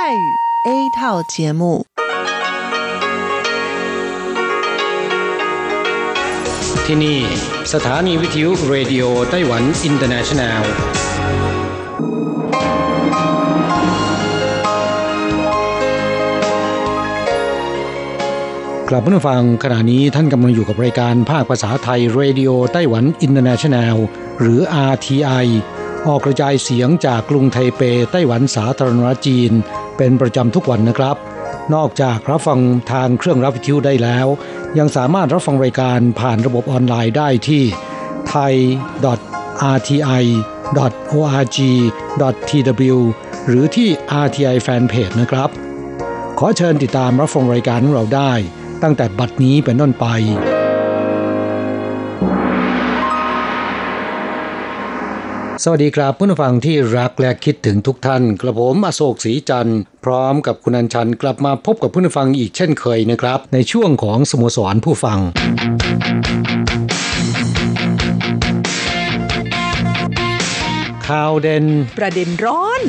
语 A 套节目ที่นี่สถานีวิทยุเรดิโอไต้หวันอินเตอร์เนชั่นแนลกลับมาฟังขณะนี้ท่านกำลังอยู่กับรายการภาคภาษาไทยเรดิโอไต้หวันอินเตอร์เนชั่นแนลหรือ RTI ออกกระจายเสียงจากกรุงไทเปไต้หวันสาธารณรัฐจีนเป็นประจำทุกวันนะครับนอกจากรับฟังทางเครื่องรับวิทยุได้แล้วยังสามารถรับฟังรายการผ่านระบบออนไลน์ได้ที่ thai.rti.org.tw หรือที่ RTI Fanpage นะครับขอเชิญติดตามรับฟังรายการของเราได้ตั้งแต่บัดนี้เป็นต้นไปสวัสดีครับผู้ฟังที่รักและคิดถึงทุกท่านกระผมอโศกศรีจันทร์พร้อมกับคุณอัญชันกลับมาพบกับผู้ฟังอีกเช่นเคยนะครับในช่วงของสโมสรผู้ฟังข่าวเด่นประเด็นร้อน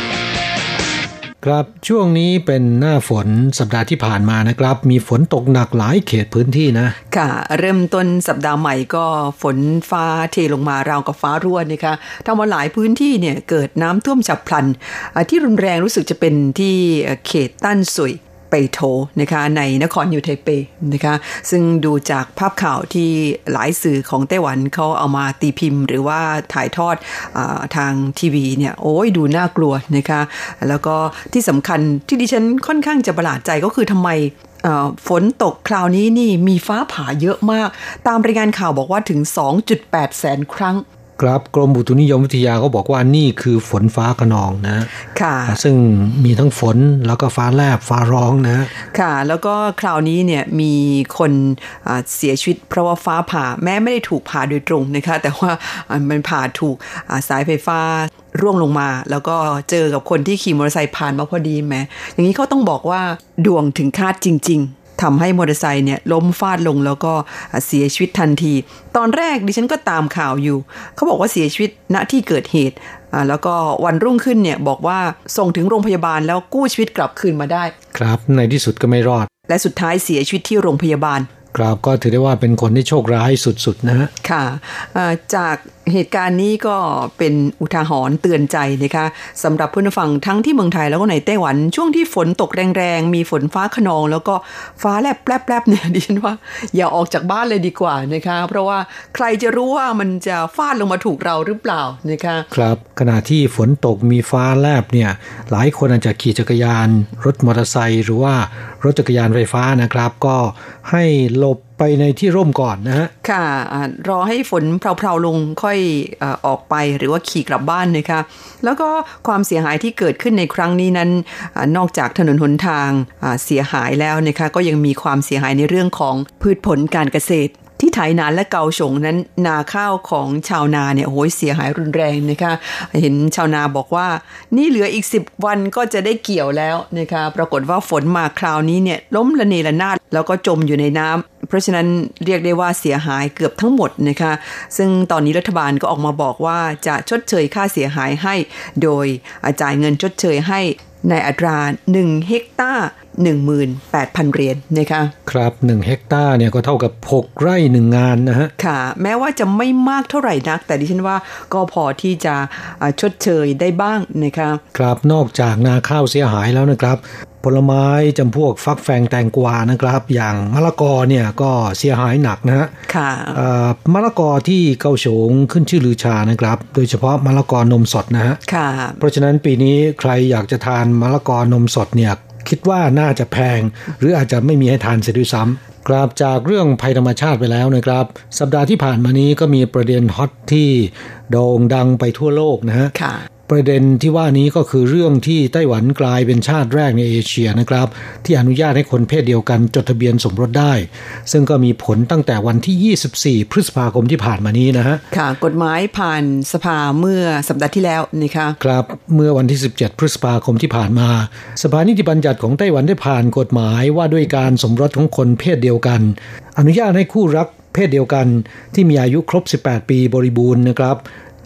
ครับช่วงนี้เป็นหน้าฝนสัปดาห์ที่ผ่านมานะครับมีฝนตกหนักหลายเขตพื้นที่นะค่ะเริ่มต้นสัปดาห์ใหม่ก็ฝนฟ้าเทลงมาราวกับฟ้ารั่วนะคะทำให้หลายพื้นที่เนี่ยเกิดน้ำท่วมฉับพลันที่รุนแรงรู้สึกจะเป็นที่เขตตั้นซุยเปโถนะคะในนครนิวไทเปนะคะซึ่งดูจากภาพข่าวที่หลายสื่อของไต้หวันเขาเอามาตีพิมพ์หรือว่าถ่ายทอดทางทีวีเนี่ยโอ้ยดูน่ากลัวนะคะแล้วก็ที่สำคัญที่ดิฉันค่อนข้างจะประหลาดใจก็คือทำไมฝนตกคราวนี้นี่มีฟ้าผ่าเยอะมากตามรายงานข่าวบอกว่าถึง 2.8 แสนครั้งครับกรมอุตุนิยมวิทยาเขาบอกว่านี่คือฝนฟ้าคะนองนะค่ะซึ่งมีทั้งฝนแล้วก็ฟ้าแลบฟ้าร้องนะค่ะแล้วก็คราวนี้เนี่ยมีคนเสียชีวิตเพราะว่าฟ้าผ่าแม้ไม่ได้ถูกผ่าโดยตรงนะคะแต่ว่ามันผ่าถูกสายไฟฟ้าร่วงลงมาแล้วก็เจอกับคนที่ขี่มอเตอร์ไซค์ผ่านมาพอดีแม้อย่างนี้เขาต้องบอกว่าดวงถึงคาดจริงๆทำให้มอเตอร์ไซค์เนี่ยล้มฟาดลงแล้วก็เสียชีวิตทันทีตอนแรกดิฉันก็ตามข่าวอยู่เขาบอกว่าเสียชีวิตณที่เกิดเหตุแล้วก็วันรุ่งขึ้นเนี่ยบอกว่าส่งถึงโรงพยาบาลแล้วกู้ชีวิตกลับคืนมาได้ครับในที่สุดก็ไม่รอดและสุดท้ายเสียชีวิตที่โรงพยาบาลครับก็ถือได้ว่าเป็นคนที่โชคร้ายสุดๆนะฮะค่ะจากเหตุการณ์นี้ก็เป็นอุทาหรณ์เตือนใจนะคะสำหรับผู้ฟังทั้งที่เมืองไทยแล้วก็ในไต้หวันช่วงที่ฝนตกแรงๆมีฝนฟ้าคะนองแล้วก็ฟ้าแลบแปรบๆเนี่ยดิฉันว่าอย่าออกจากบ้านเลยดีกว่านะคะเพราะว่าใครจะรู้ว่ามันจะฟาดลงมาถูกเราหรือเปล่านะคะครับขณะที่ฝนตกมีฟ้าแลบเนี่ยหลายคนอาจจะขี่จักรยานรถมอเตอร์ไซค์หรือว่ารถจักรยานไฟฟ้านะครับก็ให้หลบไปในที่ร่มก่อนนะฮะค่ะรอให้ฝนเพลาๆลงค่อยออกไปหรือว่าขี่กลับบ้านนะคะแล้วก็ความเสียหายที่เกิดขึ้นในครั้งนี้นั้นนอกจากถนนหนทางเสียหายแล้วนะคะก็ยังมีความเสียหายในเรื่องของพืชผลการเกษตรที่ไถหนานและเกาฉงนั้นนาข้าวของชาวนาเนี่ยโอ้ยเสียหายรุนแรงนะคะเห็นชาวนาบอกว่านี่เหลืออีก10วันก็จะได้เกี่ยวแล้วนะคะปรากฏว่าฝนมาคราวนี้เนี่ยล้มระเนระนาดแล้วก็จมอยู่ในน้ำเพราะฉะนั้นเรียกได้ว่าเสียหายเกือบทั้งหมดนะคะซึ่งตอนนี้รัฐบาลก็ออกมาบอกว่าจะชดเชยค่าเสียหายให้โดยจ่ายเงินชดเชยให้ในอัตรา1เฮกตาร์18,000 เหรียญนะคะครับ1เฮกตาร์เนี่ยก็เท่ากับ6ไร่1งานนะฮะค่ะแม้ว่าจะไม่มากเท่าไหร่นักแต่ดิฉันว่าก็พอที่จะชดเชยได้บ้างนะคะครับนอกจากนาข้าวเสียหายแล้วนะครับผลไม้จำพวกฟักแฟงแตงกวานะครับอย่างมะละกอเนี่ยก็เสียหายหนักนะฮะค่ะมะละกอที่เกาฉงขึ้นชื่อลือชานะครับโดยเฉพาะมะละกอนมสดนะฮะค่ะเพราะฉะนั้นปีนี้ใครอยากจะทานมะละกอนมสดเนี่ยคิดว่าน่าจะแพงหรืออาจจะไม่มีให้ทานเสียด้วยซ้ำกราบจากเรื่องภัยธรรมชาติไปแล้วนะครับสัปดาห์ที่ผ่านมานี้ก็มีประเด็นฮอตที่โด่งดังไปทั่วโลกนะฮะประเด็นที่ว่านี้ก็คือเรื่องที่ไต้หวันกลายเป็นชาติแรกในเอเชียนะครับที่อนุญาตให้คนเพศเดียวกันจดทะเบียนสมรสได้ซึ่งก็มีผลตั้งแต่วันที่24พฤษภาคมที่ผ่านมานี้นะฮะค่ะกฎหมายผ่านสภาเมื่อสัปดาห์ที่แล้วนะคะครับเมื่อวันที่17พฤษภาคมที่ผ่านมาสภานิติบัญญัติของไต้หวันได้ผ่านกฎหมายว่าด้วยการสมรสของคนเพศเดียวกันอนุญาตให้คู่รักเพศเดียวกันที่มีอายุครบ18ปีบริบูรณ์นะครับ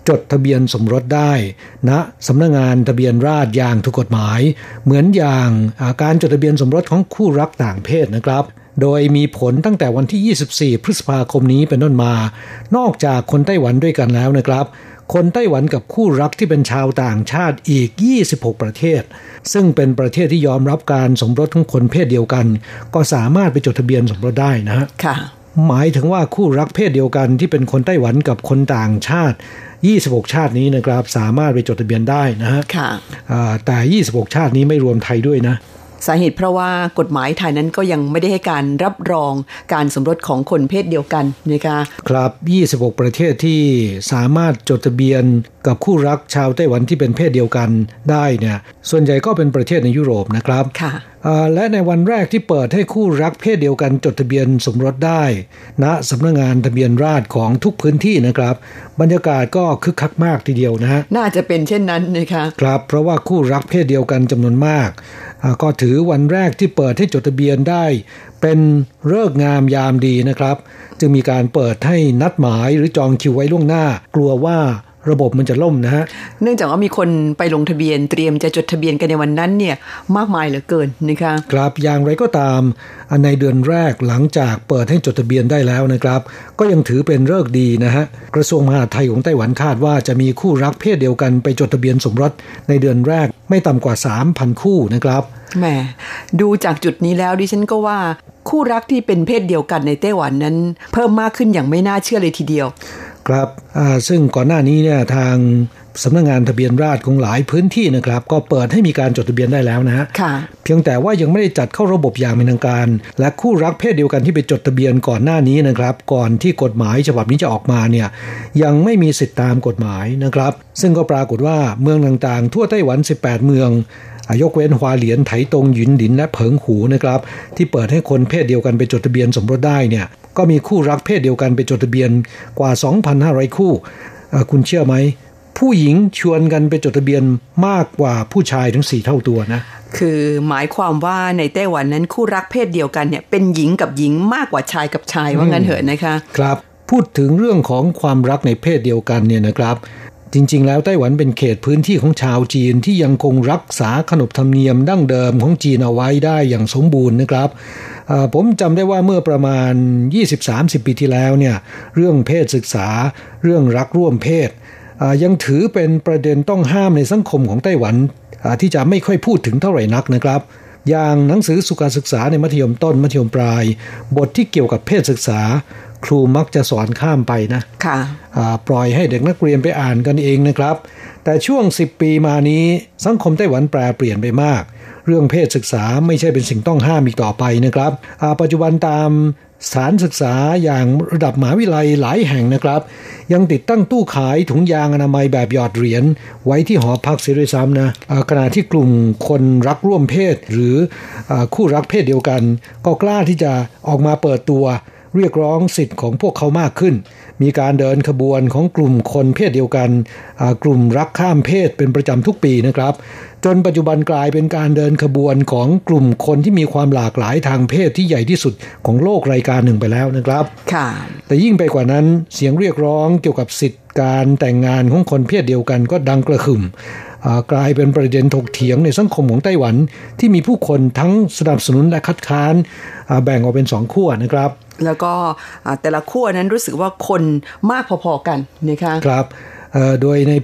จดทะเบียนสมรสได้ณสำนักงานทะเบียนราษฎร์อย่างถูกกฎหมายเหมือนอย่างการจดทะเบียนสมรสของคู่รักต่างเพศนะครับโดยมีผลตั้งแต่วันที่24พฤษภาคมนี้เป็นต้นมานอกจากคนไต้หวันด้วยกันแล้วนะครับคนไต้หวันกับคู่รักที่เป็นชาวต่างชาติอีก26ประเทศซึ่งเป็นประเทศที่ยอมรับการสมรสของคนเพศเดียวกันก็สามารถไปจดทะเบียนสมรสได้นะฮะค่ะหมายถึงว่าคู่รักเพศเดียวกันที่เป็นคนไต้หวันกับคนต่างชาติ26ชาตินี้นะครับสามารถไปจดทะเบียนได้นะฮะค่ะแต่26ชาตินี้ไม่รวมไทยด้วยนะสาเหตุเพราะว่ากฎหมายไทยนั้นก็ยังไม่ได้ให้การรับรองการสมรสของคนเพศเดียวกันนะคะครับ26ประเทศที่สามารถจดทะเบียนกับคู่รักชาวไต้หวันที่เป็นเพศเดียวกันได้เนี่ยส่วนใหญ่ก็เป็นประเทศในยุโรปนะครับค่ะและในวันแรกที่เปิดให้คู่รักเพศเดียวกันจดทะเบียนสมรสได้ณสำนักงานทะเบียนราษฎร์ของทุกพื้นที่นะครับบรรยากาศก็คึกคักมากทีเดียวนะฮะน่าจะเป็นเช่นนั้นนะคะครับเพราะว่าคู่รักเพศเดียวกันจำนวนมากก็ถือวันแรกที่เปิดให้จดทะเบียนได้เป็นฤกษ์งามยามดีนะครับจึงมีการเปิดให้นัดหมายหรือจองคิวไว้ล่วงหน้ากลัวว่าระบบมันจะล่มนะฮะเนื่องจากว่ามีคนไปลงทะเบียนเตรียมจะจดทะเบียนกันในวันนั้นเนี่ยมากมายเหลือเกินนะคะครับอย่างไรก็ตามในเดือนแรกหลังจากเปิดให้จดทะเบียนได้แล้วนะครับก็ยังถือเป็นฤกษ์ดีนะฮะกระทรวงมหาดไทยของไต้หวันคาดว่าจะมีคู่รักเพศเดียวกันไปจดทะเบียนสมรสในเดือนแรกไม่ต่ำกว่า 3,000 คู่นะครับแหมดูจากจุดนี้แล้วดิฉันก็ว่าคู่รักที่เป็นเพศเดียวกันในไต้หวันนั้นเพิ่มมากขึ้นอย่างไม่น่าเชื่อเลยทีเดียวครับซึ่งก่อนหน้านี้เนี่ยทางสำนักงานทะเบียนราษฎร์ของหลายพื้นที่นะครับก็เปิดให้มีการจดทะเบียนได้แล้วนะฮะเพียงแต่ว่ายังไม่ได้จัดเข้าระบบอย่างเป็นทางการและคู่รักเพศเดียวกันที่ไปจดทะเบียนก่อนหน้านี้นะครับก่อนที่กฎหมายฉบับนี้จะออกมาเนี่ยยังไม่มีสิทธิตามกฎหมายนะครับซึ่งก็ปรากฏว่าเมืองต่างๆทั่วไต้หวัน18เมืองยกเว้นฮวาเหลียนไถตงหยุนหลินและเผิงหูนะครับที่เปิดให้คนเพศเดียวกันไปจดทะเบียนสมรสได้เนี่ยก็มีคู่รักเพศเดียวกันไปจดทะเบียนกว่า 2,500 คู่คุณเชื่อไหมผู้หญิงชวนกันไปจดทะเบียนมากกว่าผู้ชายถึง4เท่าตัวนะคือหมายความว่าในไต้หวันนั้นคู่รักเพศเดียวกันเนี่ยเป็นหญิงกับหญิงมากกว่าชายกับชายว่างั้นเถอะนะคะครับพูดถึงเรื่องของความรักในเพศเดียวกันเนี่ยนะครับจริงๆแล้วไต้หวันเป็นเขตพื้นที่ของชาวจีนที่ยังคงรักษาขนบธรรมเนียมดั้งเดิมของจีนเอาไว้ได้อย่างสมบูรณ์นะครับผมจำได้ว่าเมื่อประมาณ 20-30 ปีที่แล้วเนี่ยเรื่องเพศศึกษาเรื่องรักร่วมเพศยังถือเป็นประเด็นต้องห้ามในสังคมของไต้หวันที่จะไม่ค่อยพูดถึงเท่าไหร่นักนะครับอย่างหนังสือสุขศึกษาในมัธยมต้นมัธยมปลายบทที่เกี่ยวกับเพศศึกษาครูมักจะสอนข้ามไปนะปล่อยให้เด็กนักเรียนไปอ่านกันเองนะครับแต่ช่วง10ปีมานี้สังคมไต้หวันแปรเปลี่ยนไปมากเรื่องเพศศึกษาไม่ใช่เป็นสิ่งต้องห้ามอีกต่อไปนะครับปัจจุบันตามสถานศึกษาอย่างระดับมหาวิทยาลัยหลายแห่งนะครับยังติดตั้งตู้ขายถุงยางอนามัยแบบหยอดเหรียญไว้ที่หอพักเสียด้วยซ้ำนะขณะที่กลุ่มคนรักร่วมเพศหรือคู่รักเพศเดียวกันก็กล้าที่จะออกมาเปิดตัวเรียกร้องสิทธิ์ของพวกเขามากขึ้นมีการเดินขบวนของกลุ่มคนเพศเดียวกันกลุ่มรักข้ามเพศเป็นประจำทุกปีนะครับจนปัจจุบันกลายเป็นการเดินขบวนของกลุ่มคนที่มีความหลากหลายทางเพศที่ใหญ่ที่สุดของโลกรายการหนึ่งไปแล้วนะครับค่ะแต่ยิ่งไปกว่านั้นเสียงเรียกร้องเกี่ยวกับสิทธิการแต่งงานของคนเพศเดียวกันก็ดังกระหึ่มกลายเป็นประเด็นถกเถียงในสังคมของไต้หวันที่มีผู้คนทั้งสนับสนุนและคัดค้านแบ่งออกเป็น2ขั้วนะครับแล้วก็แต่ละขั้วนั้นรู้สึกว่าคนมากพอๆกันนะคะครับโดยในปี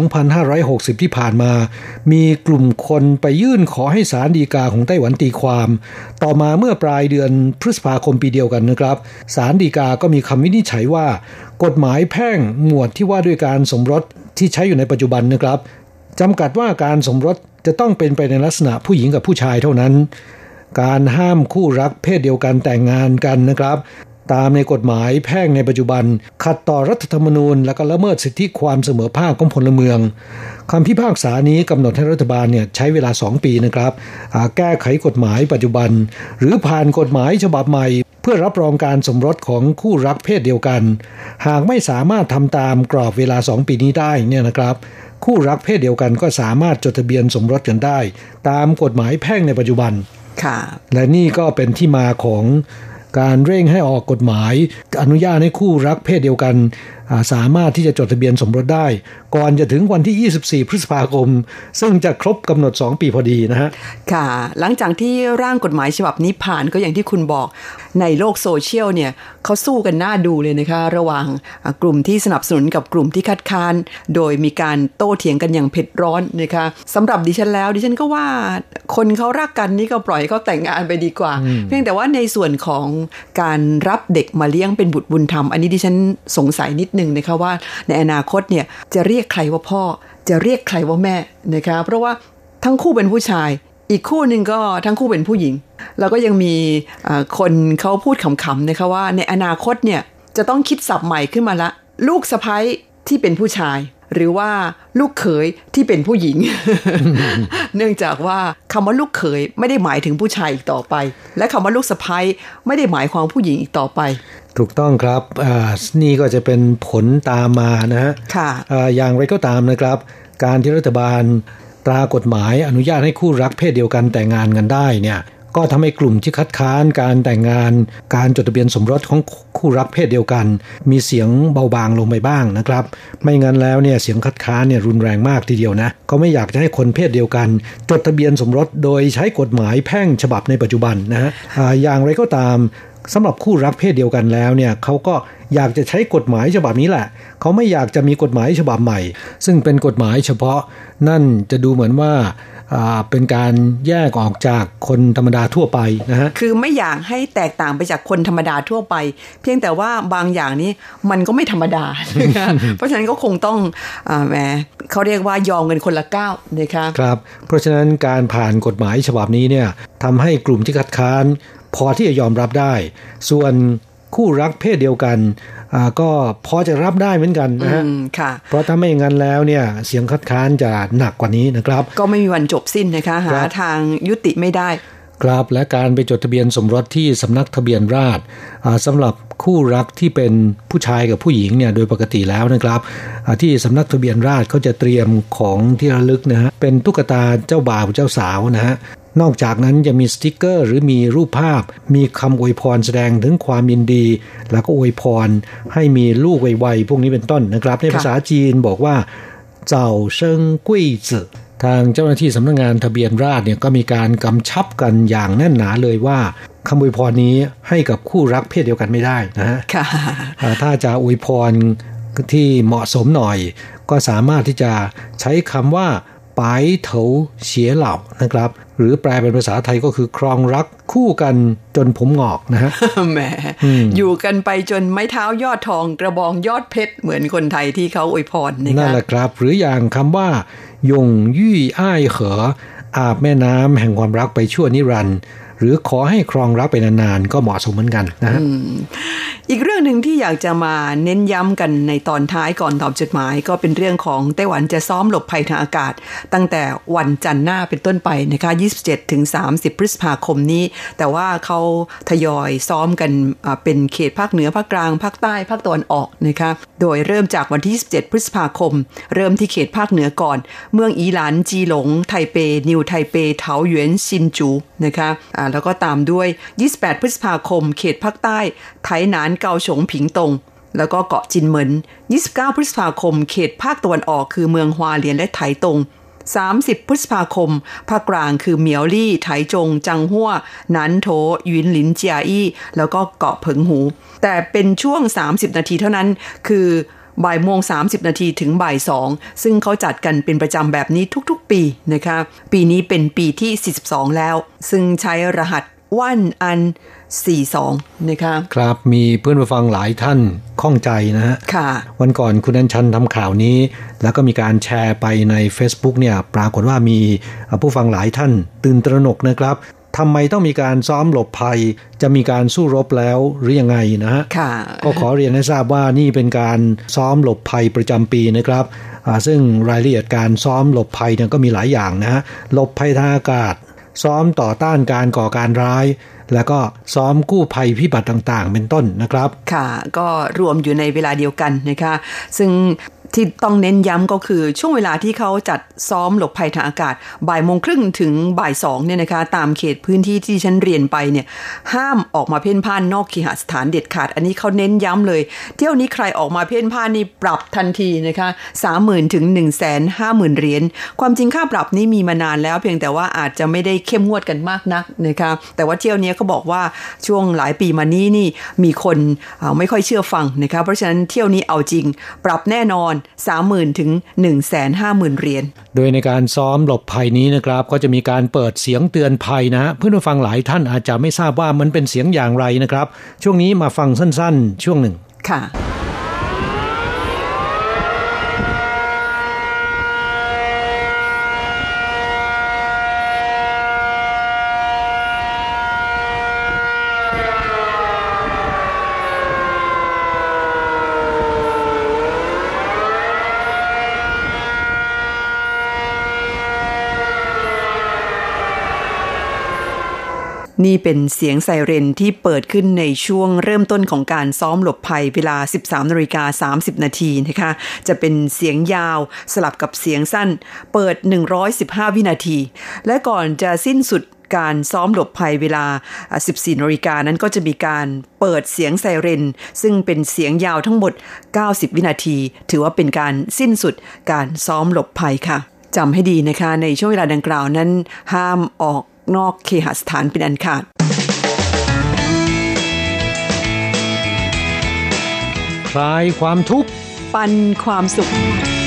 2560 ที่ผ่านมามีกลุ่มคนไปยื่นขอให้ศาลฎีกาของไต้หวันตีความต่อมาเมื่อปลายเดือนพฤษภาคมปีเดียวกันนะครับศาลฎีกาก็มีคำวินิจฉัยว่ากฎหมายแพ่งหมวดที่ว่าด้วยการสมรสที่ใช้อยู่ในปัจจุบันนะครับจำกัดว่าการสมรสจะต้องเป็นไปในลักษณะผู้หญิงกับผู้ชายเท่านั้นการห้ามคู่รักเพศเดียวกันแต่งงานกันนะครับตามในกฎหมายแพ่งในปัจจุบันขัดต่อรัฐธรรมนูญและก็ละเมิดสิทธิความเสมอภาคของพลเมืองคำพิพากษานี้กำหนดให้รัฐบาลเนี่ยใช้เวลา2ปีนะครับแก้ไขกฎหมายปัจจุบันหรือผ่านกฎหมายฉบับใหม่เพื่อรับรองการสมรสของคู่รักเพศเดียวกันหากไม่สามารถทำตามกรอบเวลา2ปีนี้ได้เนี่ยนะครับคู่รักเพศเดียวกันก็สามารถจดทะเบียนสมรสกันได้ตามกฎหมายแพ่งในปัจจุบันค่ะและนี่ก็เป็นที่มาของการเร่งให้ออกกฎหมายอนุญาตให้คู่รักเพศเดียวกันสามารถที่จะจดทะเบียนสมรสได้ก่อนจะถึงวันที่24พฤษภาคมซึ่งจะครบกำหนด2ปีพอดีนะฮะค่ะหลังจากที่ร่างกฎหมายฉบับนี้ผ่านก็อย่างที่คุณบอกในโลกโซเชียลเนี่ยเขาสู้กันน่าดูเลยนะคะระหว่างกลุ่มที่สนับสนุนกับกลุ่มที่คัดค้านโดยมีการโต้เถียงกันอย่างเผ็ดร้อนนะคะสำหรับดิฉันแล้วดิฉันก็ว่าคนเขารักกันนี่ก็ปล่อยเขาแต่งงานไปดีกว่าเพียงแต่ว่าในส่วนของการรับเด็กมาเลี้ยงเป็นบุตรบุญธรรมอันนี้ดิฉันสงสัยนิดนึงนะคะว่าในอนาคตเนี่ยจะเรียกใครว่าพ่อจะเรียกใครว่าแม่นะคะเพราะว่าทั้งคู่เป็นผู้ชายอีกคู่หนึ่งก็ทั้งคู่เป็นผู้หญิงแล้วก็ยังมีคนเขาพูดขำๆนะคะว่าในอนาคตเนี่ยจะต้องคิดศัพท์ใหม่ขึ้นมาละลูกสะใภ้ที่เป็นผู้ชายหรือว่าลูกเขยที่เป็นผู้หญิง เนื่องจากว่าคำว่าลูกเขยไม่ได้หมายถึงผู้ชายอีกต่อไปและคำว่าลูกสะใภ้ไม่ได้หมายความผู้หญิงอีกต่อไปถูกต้องครับนี่ก็จะเป็นผลตามมานะฮะอย่างไรก็ตามนะครับการที่รัฐบาลตรากฎหมายอนุญาตให้คู่รักเพศเดียวกันแต่งงานกันได้เนี่ยก็ทำให้กลุ่มที่คัดค้านการแต่งงานการจดทะเบียนสมรสของคู่รักเพศเดียวกันมีเสียงเบาบางลงไปบ้างนะครับไม่งั้นแล้วเนี่ยเสียงคัดค้านเนี่ยรุนแรงมากทีเดียวนะเขาไม่อยากจะให้คนเพศเดียวกันจดทะเบียนสมรสโดยใช้กฎหมายแพ่งฉบับในปัจจุบันนะฮะอย่างไรก็ตามสำหรับคู่รักเพศเดียวกันแล้วเนี่ยเขาก็อยากจะใช้กฎหมายฉบับนี้แหละเขาไม่อยากจะมีกฎหมายฉบับใหม่ซึ่งเป็นกฎหมายเฉพาะนั่นจะดูเหมือนว่าเป็นการแยกออกจากคนธรรมดาทั่วไปนะฮะคือไม่อยากให้แตกต่างไปจากคนธรรมดาทั่วไปเพียงแต่ว่าบางอย่างนี้มันก็ไม่ธรรมดา เพราะฉะนั้นก็คงต้องแหมเขาเรียกว่ายอมกันคนละก้าวนะคะครับเพราะฉะนั้นการผ่านกฎหมายฉบับนี้เนี่ยทำให้กลุ่มที่คัดค้านพอที่จะยอมรับได้ส่วนคู่รักเพศเดียวกันก็พอจะรับได้เหมือนกันนะฮะเพราะถ้าไม่อย่างนั้นแล้วเนี่ยเสียงคัดค้านจะหนักกว่านี้นะครับก็ไม่มีวันจบสิ้นนะคะหาทางยุติไม่ได้ครับและการไปจดทะเบียนสมรสที่สำนักทะเบียนราษฎร์สำหรับคู่รักที่เป็นผู้ชายกับผู้หญิงเนี่ยโดยปกติแล้วนะครับที่สำนักทะเบียนราษฎร์เขาจะเตรียมของที่ระลึกนะฮะเป็นตุ๊กตาเจ้าบ่าวเจ้าสาวนะฮะนอกจากนั้นจะมีสติ๊กเกอร์หรือมีรูปภาพมีคำอวยพรแสดงถึงความยินดีแล้วก็อวยพรให้มีลูกไวๆพวกนี้เป็นต้นนะครับในภาษาจีนบอกว่าเจ้าเซิงกุ้ยจื่อทางเจ้าหน้าที่สำนักงานทะเบียนราษฎร์เนี่ยก็มีการกำชับกันอย่างแน่นหนาเลยว่าคำอวยพรนี้ให้กับคู่รักเพศเดียวกันไม่ได้นะฮะถ้าจะอวยพรที่เหมาะสมหน่อยก็สามารถที่จะใช้คำว่าปายเถาเฉียเหล่านะครับหรือแปลเป็นภาษาไทยก็คือครองรักคู่กันจนผมงอกนะฮะแหม อยู่กันไปจนไม้เท้ายอดทองกระบองยอดเพชรเหมือนคนไทยที่เขาอวยพรนะครับนั่นแหละครับหรืออย่างคำว่าหยงยี่อ้ายเหออาบแม่น้ำแห่งความรักไปชั่วนิรันดร์หรือขอให้ครองรักไปนานๆก็เหมาะสมเหมือนกันนะฮะอีกเรื่องหนึ่งที่อยากจะมาเน้นย้ำกันในตอนท้ายก่อนตอบจดหมายก็เป็นเรื่องของไต้หวันจะซ้อมหลบภัยทางอากาศตั้งแต่วันจันทร์หน้าเป็นต้นไปนะคะ27-30 พฤษภาคมนี้แต่ว่าเขาทยอยซ้อมกันเป็นเขตภาคเหนือภาคกลางภาคใต้ภาคตะวันออกนะคะโดยเริ่มจากวันที่27พฤษภาคมเริ่มที่เขตภาคเหนือก่อนเมืองอีหลานจีหลงไทเปนิวไทเปเถาหยวนซินจูนะคะแล้วก็ตามด้วย28พฤษภาคมเขตภาคใต้ไถหนานเกาฉงผิงตงแล้วก็เกาะจินเหมิน29พฤษภาคมเขตภาคตะวันออกคือเมืองฮวาเลียนและไถตง30พฤษภาคมภาคกลางคือเหมียวลี่ไถจงจังฮั่วหนานโถหยินหลินเจียอี้แล้วก็เกาะเผิงหูแต่เป็นช่วง30นาทีเท่านั้นคือบ่ายโมง30นาทีถึงบ่าย2ซึ่งเขาจัดกันเป็นประจำแบบนี้ทุกๆปีนะคะปีนี้เป็นปีที่42แล้วซึ่งใช้รหัสว่านอัน42นะคะครับมีเพื่อนผู้ฟังหลายท่านข้องใจนะฮะค่ะวันก่อนคุณอัญชันทำข่าวนี้แล้วก็มีการแชร์ไปใน Facebook เนี่ยปรากฏว่ามีผู้ฟังหลายท่านตื่นตระหนกนะครับทำไมต้องมีการซ้อมหลบภัยจะมีการสู้รบแล้วหรือยังไงนะฮะก็ขอเรียนให้ทราบว่านี่เป็นการซ้อมหลบภัยประจำปีนะครับซึ่งรายละเอียดการซ้อมหลบภัยเนี่ยก็มีหลายอย่างนะฮะหลบภัยทางอากาศซ้อมต่อต้านการก่อการร้ายแล้วก็ซ้อมกู้ภัยพิบัติต่างๆเป็นต้นนะครับค่ะก็รวมอยู่ในเวลาเดียวกันนะคะซึ่งที่ต้องเน้นย้ำก็คือช่วงเวลาที่เขาจัดซ้อมหลบภัยทางอากาศบ่ายโมงครึ่งถึงบ่ายสองเนี่ยนะคะตามเขตพื้นที่ที่ฉันเรียนไปเนี่ยห้ามออกมาเพ่นพ่านนอกเคหสถานเด็ดขาดอันนี้เขาเน้นย้ำเลยเที่ยวนี้ใครออกมาเพ่นพ่านนี่ปรับทันทีนะคะ 30,000 ถึง 150,000 เหรียญความจริงค่าปรับนี้มีมานานแล้วเพียงแต่ว่าอาจจะไม่ได้เข้มงวดกันมากนักนะคะแต่ว่าเที่ยวนี้เขาบอกว่าช่วงหลายปีมานี้นี่มีคนไม่ค่อยเชื่อฟังนะคะเพราะฉะนั้นเที่ยวนี้เอาจริงปรับแน่นอน 30,000 ถึง 150,000 เหรียญโดยในการซ้อมหลบภัยนี้นะครับก็จะมีการเปิดเสียงเตือนภัยนะเพื่อนผู้ฟังหลายท่านอาจจะไม่ทราบว่ามันเป็นเสียงอย่างไรนะครับช่วงนี้มาฟังสั้นๆช่วงหนึ่งค่ะนี่เป็นเสียงไซเรนที่เปิดขึ้นในช่วงเริ่มต้นของการซ้อมหลบภัยเวลา 13:30 น.นะคะจะเป็นเสียงยาวสลับกับเสียงสั้นเปิด115วินาทีและก่อนจะสิ้นสุดการซ้อมหลบภัยเวลา 14 น.นั้นก็จะมีการเปิดเสียงไซเรนซึ่งเป็นเสียงยาวทั้งหมด90วินาทีถือว่าเป็นการสิ้นสุดการซ้อมหลบภัยค่ะจำให้ดีนะคะในช่วงเวลาดังกล่าวนั้นห้ามออกนอกเคหสถานเป็นอันขาดคลายความทุกข์ปันความสุข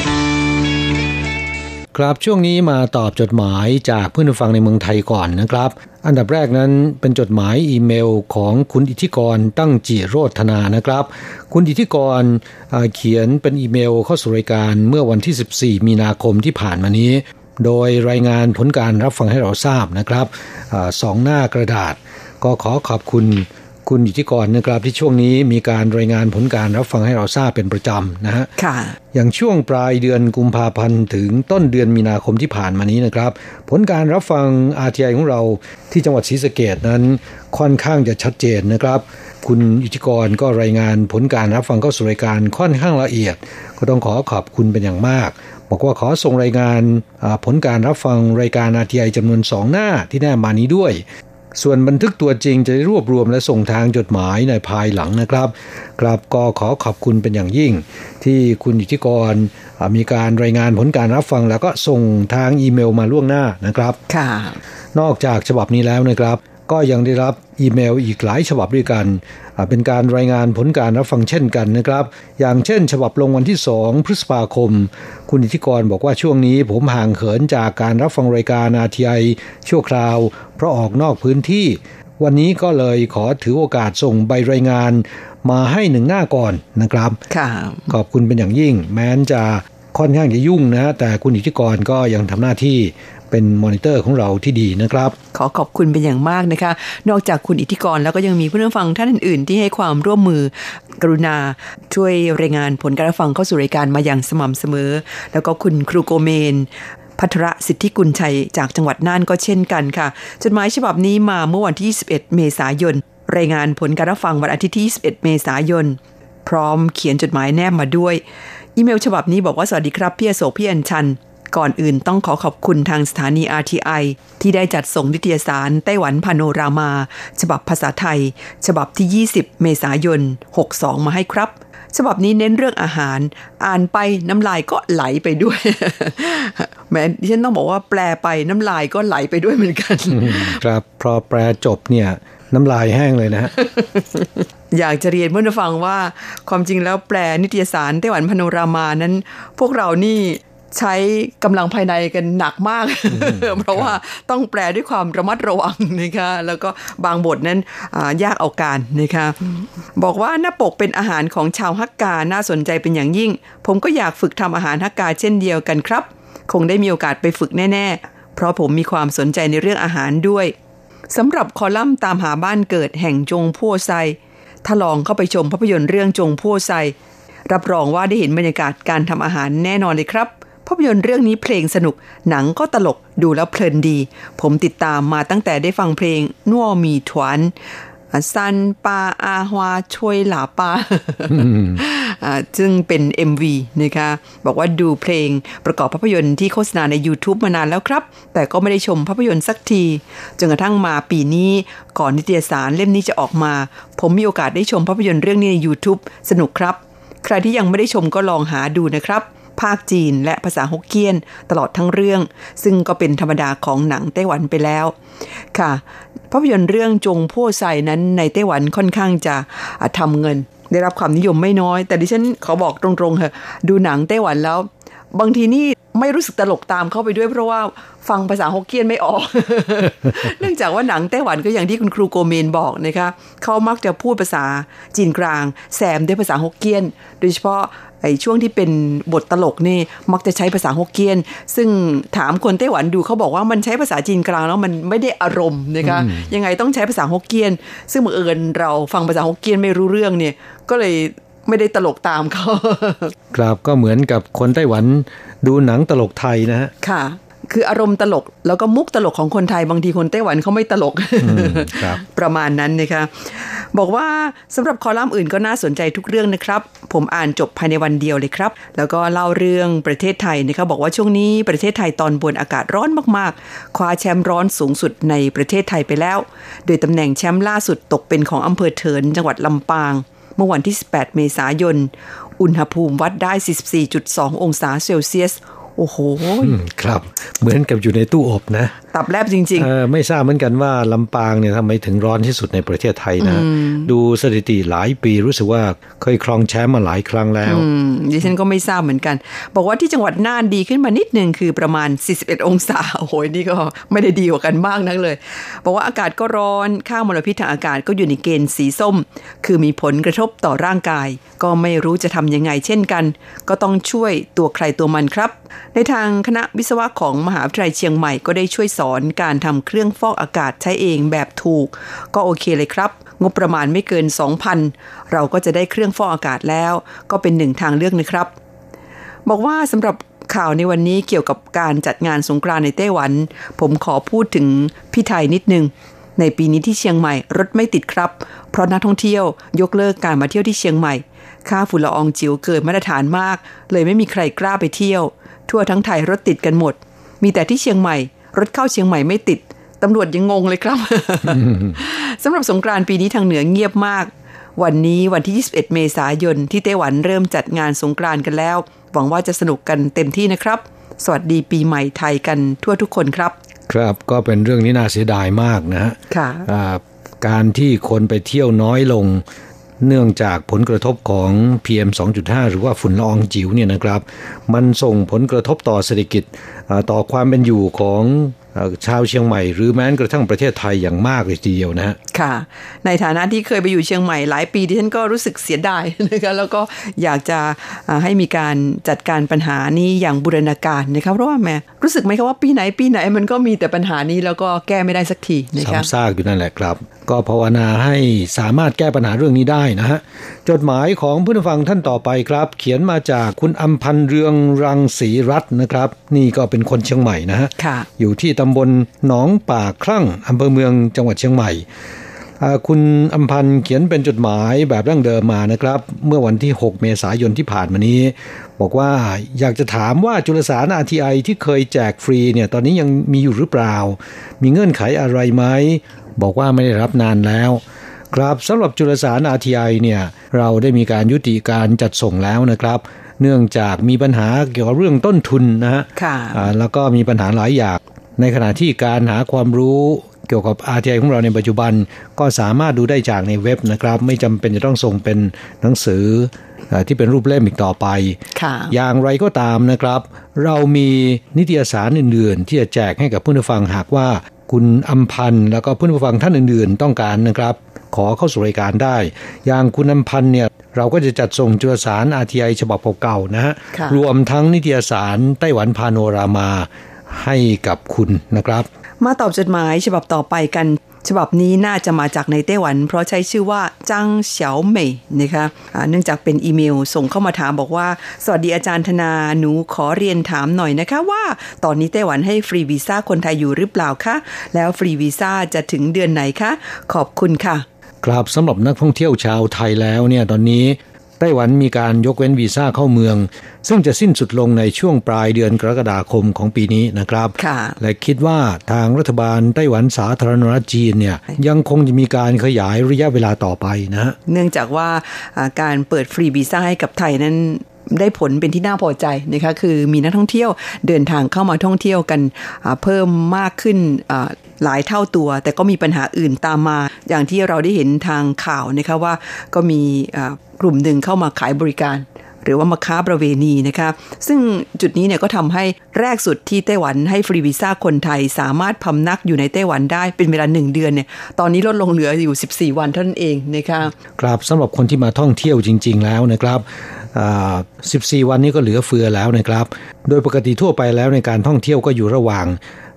ครับช่วงนี้มาตอบจดหมายจากเพื่อนผู้ฟังในเมืองไทยก่อนนะครับอันดับแรกนั้นเป็นจดหมายอีเมลของคุณอิทธิกรตั้งจิโรธนานะครับคุณอิทธิกรเขียนเป็นอีเมลเข้าสู่รายการเมื่อวันที่14มีนาคมที่ผ่านมานี้โดยรายงานผลการรับฟังให้เราทราบนะครับ2 หน้ากระดาษก็ขอขอบคุณคุณอิทธิกรนะครับที่ช่วงนี้มีการรายงานผลการรับฟังให้เราทราบเป็นประจำนะฮะอย่างช่วงปลายเดือนกุมภาพันธ์ถึงต้นเดือนมีนาคมที่ผ่านมานี้นะครับผลการรับฟัง RTI ของเราที่จังหวัดศรีสะเกษนั้นค่อนข้างจะชัดเจนนะครับคุณอิทธิกรก็รายงานผลการรับฟังเข้าสู่รายการค่อนข้างละเอียดก็ต้องขอขอบคุณเป็นอย่างมากบอกว่าขอส่งรายงานผลการรับฟังรายการ RTI จำนวน2 หน้าที่แนบมานี้ด้วยส่วนบันทึกตัวจริงจะรวบรวมและส่งทางจดหมายในภายหลังนะครับก็ขอขอบคุณเป็นอย่างยิ่งที่คุณอิทธิกรมีการรายงานผลการรับฟังแล้วก็ส่งทางอีเมลมาล่วงหน้านะครับนอกจากฉบับนี้แล้วนะครับก็ยังได้รับอีเมลอีกหลายฉบับด้วยกันเป็นการรายงานผลการรับฟังเช่นกันนะครับอย่างเช่นฉบับลงวันที่2พฤษภาคมคุณอิทธิกรบอกว่าช่วงนี้ผมห่างเหินจากการรับฟังรายการ RTI ชั่วคราวเพราะออกนอกพื้นที่วันนี้ก็เลยขอถือโอกาสส่งใบรายงานมาให้1 หน้าก่อนนะครับขอบคุณเป็นอย่างยิ่งแม้นจะค่อนข้างจะยุ่งนะแต่คุณอิทธิกรก็ยังทำหน้าที่เป็นมอนิเตอร์ของเราที่ดีนะครับขอขอบคุณเป็นอย่างมากนะคะนอกจากคุณอิทธิกรแล้วก็ยังมีผู้ฟังท่านอื่นๆที่ให้ความร่วมมือกรุณาช่วยรายงานผลการฟังเข้าสู่รายการมาอย่างสม่ำเสมอแล้วก็คุณครูโกเมนภัทรสิทธิกุลชัยจากจังหวัดน่านก็เช่นกันค่ะจดหมายฉบับนี้มาเมื่อวันที่21เมษายนรายงานผลการรับฟังวันอาทิตย์ที่21เมษายนพร้อมเขียนจดหมายแนบมาด้วยอีเมลฉบับนี้บอกว่าสวัสดีครับพี่อโศกพี่อัญชันก่อนอื่นต้องขอขอบคุณทางสถานี RTI ที่ได้จัดส่งนิตยสารไต้หวันพาโนรามาฉบับภาษาไทยฉบับที่20เมษายน62มาให้ครับฉบับนี้เน้นเรื่องอาหารอ่านไปน้ำลายก็ไหลไปด้วย แม้ดิฉันต้องบอกว่าแปลไปน้ำลายก็ไหลไปด้วยเหมือนกันครับพอแปลจบเนี่ยน้ำลายแห้งเลยนะอยากจะเรียนเพื่อนผู้ฟังว่าความจริงแล้วแปลนิตยสารไต้หวันพาโนรามานั้นพวกเรานี่ใช้กำลังภายในกันหนักมาก เพราะว่าต้องแปลด้วยความระมัดระวังนะคะแล้วก็บางบทนั้นยากเอาการนะคะบอกว่าหน้าปกเป็นอาหารของชาวฮักกาน่าสนใจเป็นอย่างยิ่งผมก็อยากฝึกทำอาหารฮักกาเช่นเดียวกันครับคงได้มีโอกาสไปฝึกแน่ๆเพราะผมมีความสนใจในเรื่องอาหารด้วยสำหรับคอลัมน์ตามหาบ้านเกิดแห่งจงพั่วไซถ้าลองเข้าไปชมภาพยนตร์เรื่องจงพั่วไซรับรองว่าได้เห็นบรรยากาศการทำอาหารแน่นอนเลยครับภาพยนตร์เรื่องนี้เพลงสนุกหนังก็ตลกดูแล้วเพลินดีผมติดตามมาตั้งแต่ได้ฟังเพลงนัวมีถวนซันปาอาฮวาช่วยหลาปาซึ่งเป็น MV นะคะบอกว่าดูเพลงประกอบภาพยนตร์ที่โฆษณาใน YouTube มานานแล้วครับแต่ก็ไม่ได้ชมภาพยนตร์สักทีจนกระทั่งมาปีนี้ก่อนนิตยสารเล่มนี้จะออกมาผมมีโอกาสได้ชมภาพยนตร์เรื่องนี้ใน YouTube สนุกครับใครที่ยังไม่ได้ชมก็ลองหาดูนะครับภาคจีนและภาษาฮกเกี้ยนตลอดทั้งเรื่องซึ่งก็เป็นธรรมดาของหนังไต้หวันไปแล้วค่ะภาพยนตร์เรื่องจงพั่วไซนั้นในไต้หวันค่อนข้างจะทำเงินได้รับความนิยมไม่น้อยแต่ดิฉันขอบอกตรงๆเถอะดูหนังไต้หวันแล้วบางทีนี่ไม่รู้สึกตลกตามเข้าไปด้วยเพราะว่าฟังภาษาฮกเกี้ยนไม่ออก เนื่องจากว่าหนังไต้หวันก็อย่างที่คุณครูโกเมนบอกนะคะเขามักจะพูดภาษาจีนกลางแซมด้วยภาษาฮกเกี้ยนโดยเฉพาะช่วงที่เป็นบทตลกนี่มักจะใช้ภาษาฮกเกี้ยนซึ่งถามคนไต้หวันดูเขาบอกว่ามันใช้ภาษาจีนกลางแล้วมันไม่ได้อารมณ์นะคะยังไงต้องใช้ภาษาฮกเกี้ยนซึ่งบังเอิญเราฟังภาษาฮกเกี้ยนไม่รู้เรื่องเนี่ยก็เลยไม่ได้ตลกตามเขาครับก็เหมือนกับคนไต้หวันดูหนังตลกไทยนะฮะค่ะคืออารมณ์ตลกแล้วก็มุกตลกของคนไทยบางทีคนไต้หวันเขาไม่ตลก ประมาณนั้นนะคะบอกว่าสำหรับคอลัมน์อื่นก็น่าสนใจทุกเรื่องนะครับผมอ่านจบภายในวันเดียวเลยครับแล้วก็เล่าเรื่องประเทศไทยนะคะบอกว่าช่วงนี้ประเทศไทยตอนบนอากาศร้อนมากๆคว้าแชมป์ร้อนสูงสุดในประเทศไทยไปแล้วโดยตำแหน่งแชมป์ล่าสุดตกเป็นของอำเภอเถินจังหวัดลำปางเมื่อวันที่18เมษายนอุณหภูมิวัดได้ 44.2 องศาเซลเซียสโอ้โหครับเหมือนกับอยู่ในตู้อบนะตับแลบจริงๆไม่ทราบเหมือนกันว่าลำปางเนี่ยทำไมถึงร้อนที่สุดในประเทศไทยนะดูสถิติหลายปีรู้สึกว่าเคยครองแชมป์มาหลายครั้งแล้วดิฉันก็ไม่ทราบเหมือนกันบอกว่าที่จังหวัดน่านดีขึ้นมานิดนึงคือประมาณ41องศาโอ้โหนี่ก็ไม่ได้ดีกว่ากันมากนักเลยบอกว่าอากาศก็ร้อนค่ามลพิษทางอากาศก็อยู่ในเกณฑ์สีส้มคือมีผลกระทบต่อร่างกายก็ไม่รู้จะทำยังไงเช่นกันก็ต้องช่วยตัวใครตัวมันครับในทางคณะวิศวะของมหาวิทยาลัยเชียงใหม่ก็ได้ช่วยสอนการทำเครื่องฟอกอากาศใช้เองแบบถูกก็โอเคเลยครับงบประมาณไม่เกิน 2,000 เราก็จะได้เครื่องฟอกอากาศแล้วก็เป็นหนึ่งทางเลือกนะครับบอกว่าสำหรับข่าวในวันนี้เกี่ยวกับการจัดงานสงกรานต์ในไต้หวันผมขอพูดถึงพี่ไทยนิดนึงในปีนี้ที่เชียงใหม่รถไม่ติดครับเพราะนักท่องเที่ยวยกเลิกการมาเที่ยวที่เชียงใหม่ค่าฝุ่นละอองจิ๋วเกินมาตรฐานมากเลยไม่มีใครกล้าไปเที่ยวทั่วทั้งไทยรถติดกันหมดมีแต่ที่เชียงใหม่รถเข้าเชียงใหม่ไม่ติดตำรวจยังงงเลยครับ สำหรับสงกรานต์ปีนี้ทางเหนือเงียบมากวันนี้วันที่21เมษายนที่ไต้หวันเริ่มจัดงานสงกรานต์กันแล้วหวังว่าจะสนุกกันเต็มที่นะครับสวัสดีปีใหม่ไทยกันทั่วทุกคนครับครับก็เป็นเรื่องที่น่าเสียดายมากนะฮะการที่คนไปเที่ยวน้อยลงเนื่องจากผลกระทบของ PM 2.5 หรือว่าฝุ่นละอองจิ๋วเนี่ยนะครับมันส่งผลกระทบต่อเศรษฐกิจต่อความเป็นอยู่ของชาวเชียงใหม่หรือแม้กระทั่งประเทศไทยอย่างมากเลยทีเดียวนะฮะค่ะในฐานะที่เคยไปอยู่เชียงใหม่หลายปีดิฉันก็รู้สึกเสียดายนะคะแล้วก็อยากจะให้มีการจัดการปัญหานี้อย่างบูรณาการนะครับเพราะว่าแม่รู้สึกไหมคะว่าปีไหนมันก็มีแต่ปัญหานี้แล้วก็แก้ไม่ได้สักทีนะคะซ้ำซากอยู่นั่นแหละครับก็ภาวนาให้สามารถแก้ปัญหาเรื่องนี้ได้นะฮะจดหมายของผู้ฟังท่านต่อไปครับเขียนมาจากคุณอำพันธ์เรืองรังศรีรัตน์นะครับนี่ก็เป็นคนเชียงใหม่นะฮะอยู่ที่ตำบลหนองป่าครั่งอำเภอเมืองจังหวัดเชียงใหม่คุณอำพันธ์เขียนเป็นจดหมายแบบดั้งเดิมมานะครับเมื่อวันที่6เมษายนที่ผ่านมานี้บอกว่าอยากจะถามว่าจุลสาร RTI ที่เคยแจกฟรีเนี่ยตอนนี้ยังมีอยู่หรือเปล่ามีเงื่อนไขอะไรไหมบอกว่าไม่ได้รับนานแล้วครับสำหรับจุลสาร RTI เนี่ยเราได้มีการยุติการจัดส่งแล้วนะครับเนื่องจากมีปัญหาเกี่ยวกับเรื่องต้นทุนนะฮะแล้วก็มีปัญหาหลายอย่างในขณะที่การหาความรู้เกี่ยวกับ RTI ของเราในปัจจุบันก็สามารถดูได้จากในเว็บนะครับไม่จำเป็นจะต้องส่งเป็นหนังสือที่เป็นรูปเล่มอีกต่อไปอย่างไรก็ตามนะครับเรามีนิตยสารอื่นๆที่จะแจกให้กับผู้ฟังหากว่าคุณอำพันธ์แล้วก็ผู้ฟังท่านอื่นๆต้องการนะครับขอเข้าสู่รายการได้อย่างคุณอำพันธ์เนี่ยเราก็จะจัดส่งจุลสาร RTI ฉบับเก่าๆนะฮะรวมทั้งนิตยสารไต้หวันพาโนรามาให้กับคุณนะครับมาตอบจดหมายฉบับต่อไปกันฉบับนี้น่าจะมาจากในไต้หวันเพราะใช้ชื่อว่าจังเฉียวเหม่ยนะคะเนื่องจากเป็นอีเมลส่งเข้ามาถามบอกว่าสวัสดีอาจารย์ธนาหนูขอเรียนถามหน่อยนะคะว่าตอนนี้ไต้หวันให้ฟรีวีซ่าคนไทยอยู่หรือเปล่าคะแล้วฟรีวีซ่าจะถึงเดือนไหนคะขอบคุณค่ะครับสำหรับนักท่องเที่ยวชาวไทยแล้วเนี่ยตอนนี้ไต้หวันมีการยกเว้นวีซ่าเข้าเมืองซึ่งจะสิ้นสุดลงในช่วงปลายเดือนกรกฎาคมของปีนี้นะครับและคิดว่าทางรัฐบาลไต้หวันสาธารณรัฐจีนเนี่ยยังคงจะมีการขยายระยะเวลาต่อไปนะเนื่องจากว่าการเปิดฟรีวีซ่าให้กับไทยนั้นได้ผลเป็นที่น่าพอใจนะคะคือมีนักท่องเที่ยวเดินทางเข้ามาท่องเที่ยวกันเพิ่มมากขึ้นหลายเท่าตัวแต่ก็มีปัญหาอื่นตามมาอย่างที่เราได้เห็นทางข่าวนะคะว่าก็มีกลุ่มหนึ่งเข้ามาขายบริการหรือว่ามาค้าประเวณีนะคะซึ่งจุดนี้เนี่ยก็ทำให้แรกสุดที่ไต้หวันให้ฟรีวีซ่าคนไทยสามารถพำนักอยู่ในไต้หวันได้เป็นเวลา1เดือนเนี่ยตอนนี้ลดลงเหลืออยู่14วันเท่านั้นเองนะคะครับสำหรับคนที่มาท่องเที่ยวจริงๆแล้วนะครับ14วันนี้ก็เหลือเฟือแล้วนะครับโดยปกติทั่วไปแล้วในการท่องเที่ยวก็อยู่ระหว่าง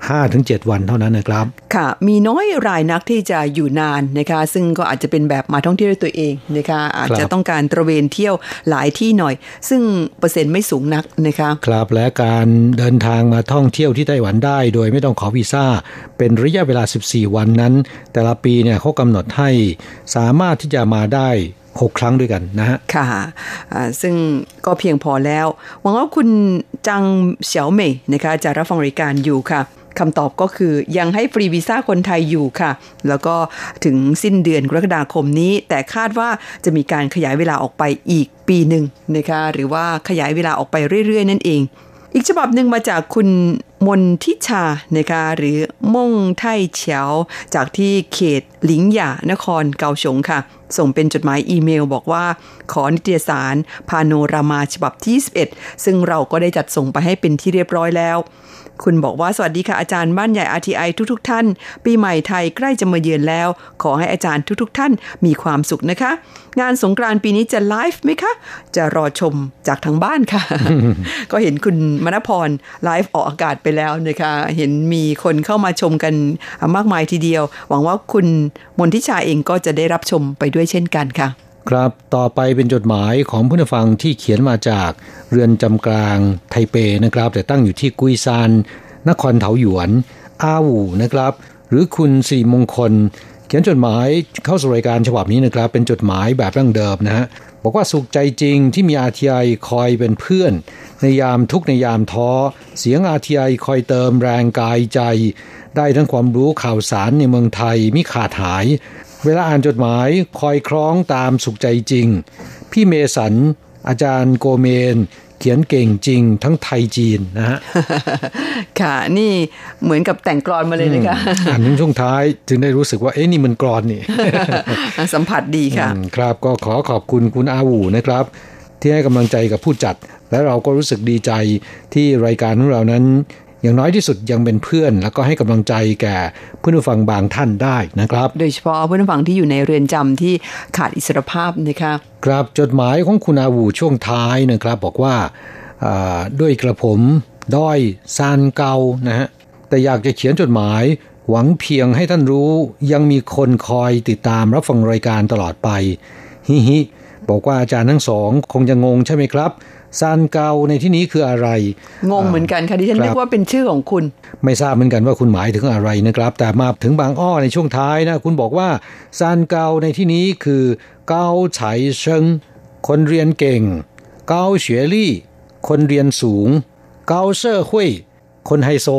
5-7 วันเท่านั้นนะครับค่ะมีน้อยรายนักที่จะอยู่นานนะคะซึ่งก็อาจจะเป็นแบบมาท่องเที่ยวด้วยตัวเองนะคะอาจจะต้องการตระเวนเที่ยวหลายที่หน่อยซึ่งเปอร์เซ็นต์ไม่สูงนักนะคะครับและการเดินทางมาท่องเที่ยวที่ไต้หวันได้โดยไม่ต้องขอวีซ่าเป็นระยะเวลา14วันนั้นแต่ละปีเนี่ยเขากำหนดให้สามารถที่จะมาได้6 ครั้งด้วยกันนะฮะค่ะซึ่งก็เพียงพอแล้วหวังว่าคุณจังเฉียวเหม่ยนะคะจะรับฟังรายการอยู่ค่ะคำตอบก็คือยังให้ฟรีวีซ่าคนไทยอยู่ค่ะแล้วก็ถึงสิ้นเดือนกรกฎาคมนี้แต่คาดว่าจะมีการขยายเวลาออกไปอีกปีหนึ่งนะคะหรือว่าขยายเวลาออกไปเรื่อยๆนั่นเองอีกฉบับหนึ่งมาจากคุณมนทิชานะคะหรือม่งไท่เฉียวจากที่เขตหลิงหย่านครเกาสงค่ะส่งเป็นจดหมายอีเมลบอกว่าขอนิตยสารพาโนรามาฉบับที่21ซึ่งเราก็ได้จัดส่งไปให้เป็นที่เรียบร้อยแล้วคุณบอกว่าสวัสดีค่ะอาจารย์บ้านใหญ่ RTI ทุกท่านปีใหม่ไทยใกล้จะมาเยือนแล้วขอให้อาจารย์ทุกท่านมีความสุขนะคะงานสงกรานต์ปีนี้จะไลฟ์ไหมคะจะรอชมจากทางบ้านค่ะ ก็เห็นคุณมณพรไลฟ์ออกอากาศไปแล้วนะคะเห็นมีคนเข้ามาชมกันมากมายทีเดียวหวังว่าคุณมนทิชาเองก็จะได้รับชมไปด้วยเช่นกันค่ะครับต่อไปเป็นจดหมายของผู้ฟังที่เขียนมาจากเรือนจำกลางไทเปนะครับแต่ตั้งอยู่ที่กุยซานนครเถาหยวนอาวูนะครับหรือคุณสิริมงคลเขียนจดหมายเข้าสู่รายการฉบับนี้นะครับเป็นจดหมายแบบดั้งเดิมนะฮะบอกว่าสุขใจจริงที่มี RTI คอยเป็นเพื่อนในยามทุกข์ในยามท้อเสียง RTI คอยเติมแรงกายใจได้ทั้งความรู้ข่าวสารในเมืองไทยมิขาดหายเวลาอ่านจดหมายคอยคล้องตามสุขใจจริงพี่เมสันอาจารย์โกเมนเขียนเก่งจริงทั้งไทยจีนนะฮะค่ะนี่เหมือนกับแต่งกลอนมาเลยนะคะอ่านถึงช่วงท้ายจึงได้รู้สึกว่านี่มันกลอนนี่สัมผัสดีค่ะครับก็ขอขอบคุณคุณอาวูนะครับที่ให้กำลังใจกับผู้จัดและเราก็รู้สึกดีใจที่รายการของเรานั้นอย่างน้อยที่สุดยังเป็นเพื่อนแล้วก็ให้กำลังใจแก่ผู้ฟังบางท่านได้นะครับโดยเฉพาะผู้ฟังที่อยู่ในเรือนจำที่ขาดอิสรภาพนะคะครับจดหมายของคุณอาวูช่วงท้ายนะครับบอกว่าด้วยกระผมด้อยซานเกานะฮะแต่อยากจะเขียนจดหมายหวังเพียงให้ท่านรู้ยังมีคนคอยติดตามรับฟังรายการตลอดไปฮิฮิบอกว่าอาจารย์ทั้งสองคงจะงงใช่ไหมครับซานเกาในที่นี้คืออะไรงงเหมือนกันค่ะดิฉันนึกว่าเป็นชื่อของคุณไม่ทราบเหมือนกันว่าคุณหมายถึงอะไรนะครับแต่มาถึงบางอ้อในช่วงท้ายนะคุณบอกว่าซานเกาในที่นี้คือเกาไฉเซิงคนเรียนเก่งเกาเฉวลี่คนเรียนสูงเกาเซ่อหุ่ยคนไฮโซ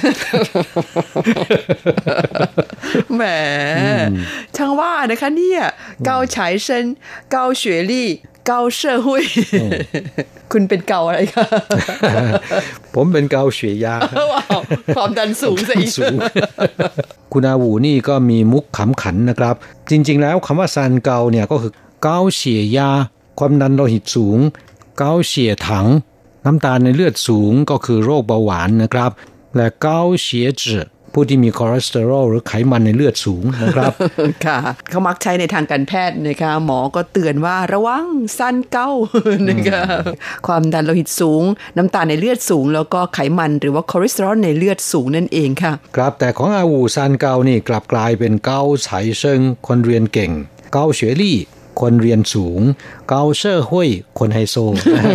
แหมช่างว่านะคะเนี่ยเกาไฉเซิงเกาเฉวลี่เกาเซ่อหุ่ยคุณเป็นเกาอะไรคะผมเป็นเกาเฉวยาความดันสูงซะอีกคุณอาวูนี่ก็มีมุกขำขันนะครับจริงๆแล้วคำว่าซานเกาเนี่ยก็คือเกาเฉียยาความดันโลหิตสูงเกาเฉียถังน้ำตาลในเลือดสูงก็คือโรคเบาหวานนะครับและเกาเฉียจืดผู้ที่มีคอเลสเตอรอลหรือไขมันในเลือดสูงนะครับค่ะเขามักใช้ในทางการแพทย์นะคะหมอก็เตือนว่าระวังซันเกานะคะความดันโลหิตสูงน้ำตาลในเลือดสูงแล้วก็ไขมันหรือว่าคอเลสเตอรอลในเลือดสูงนั่นเองค่ะครับแต่ของอาวูซันเกานี่กลับกลายเป็นเกาไฉเซิงคนเรียนเก่งเกาเฉวลี่คนเรียนสูงเกาเซอร์ห้วยคนไฮโซ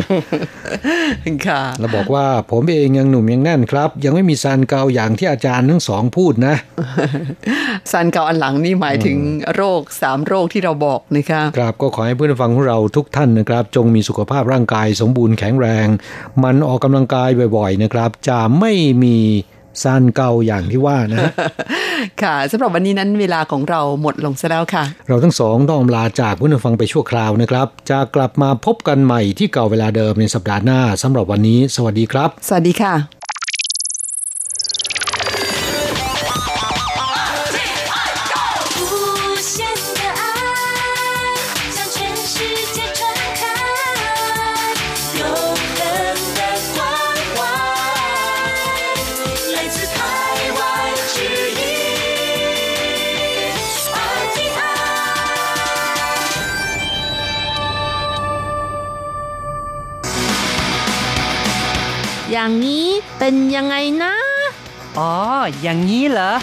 ค่ะแล้วบอกว่าผมเองยังหนุ่มยังแน่นครับยังไม่มีซานเกาอย่างที่อาจารย์ทั้งสองพูดนะซานเกาอันหลังนี่หมายถึงโรค3โรคที่เราบอกนะคะครับก็ขอให้เพื่อนฟังของเราทุกท่านนะครับจงมีสุขภาพร่างกายสมบูรณ์แข็งแรงมันออกกำลังกายบ่อยๆนะครับจะไม่มีซานเกาอย่างที่ว่านะค่ะสำหรับวันนี้นั้นเวลาของเราหมดลงซะแล้วค่ะเราทั้งสองต้องลาจากผู้ฟังไปชั่วคราวนะครับจะกลับมาพบกันใหม่ที่เก่าเวลาเดิมในสัปดาห์หน้าสำหรับวันนี้สวัสดีครับสวัสดีค่ะอย่างนี้เป็นยังไงนะอ๋ออย่างนี้เหรอ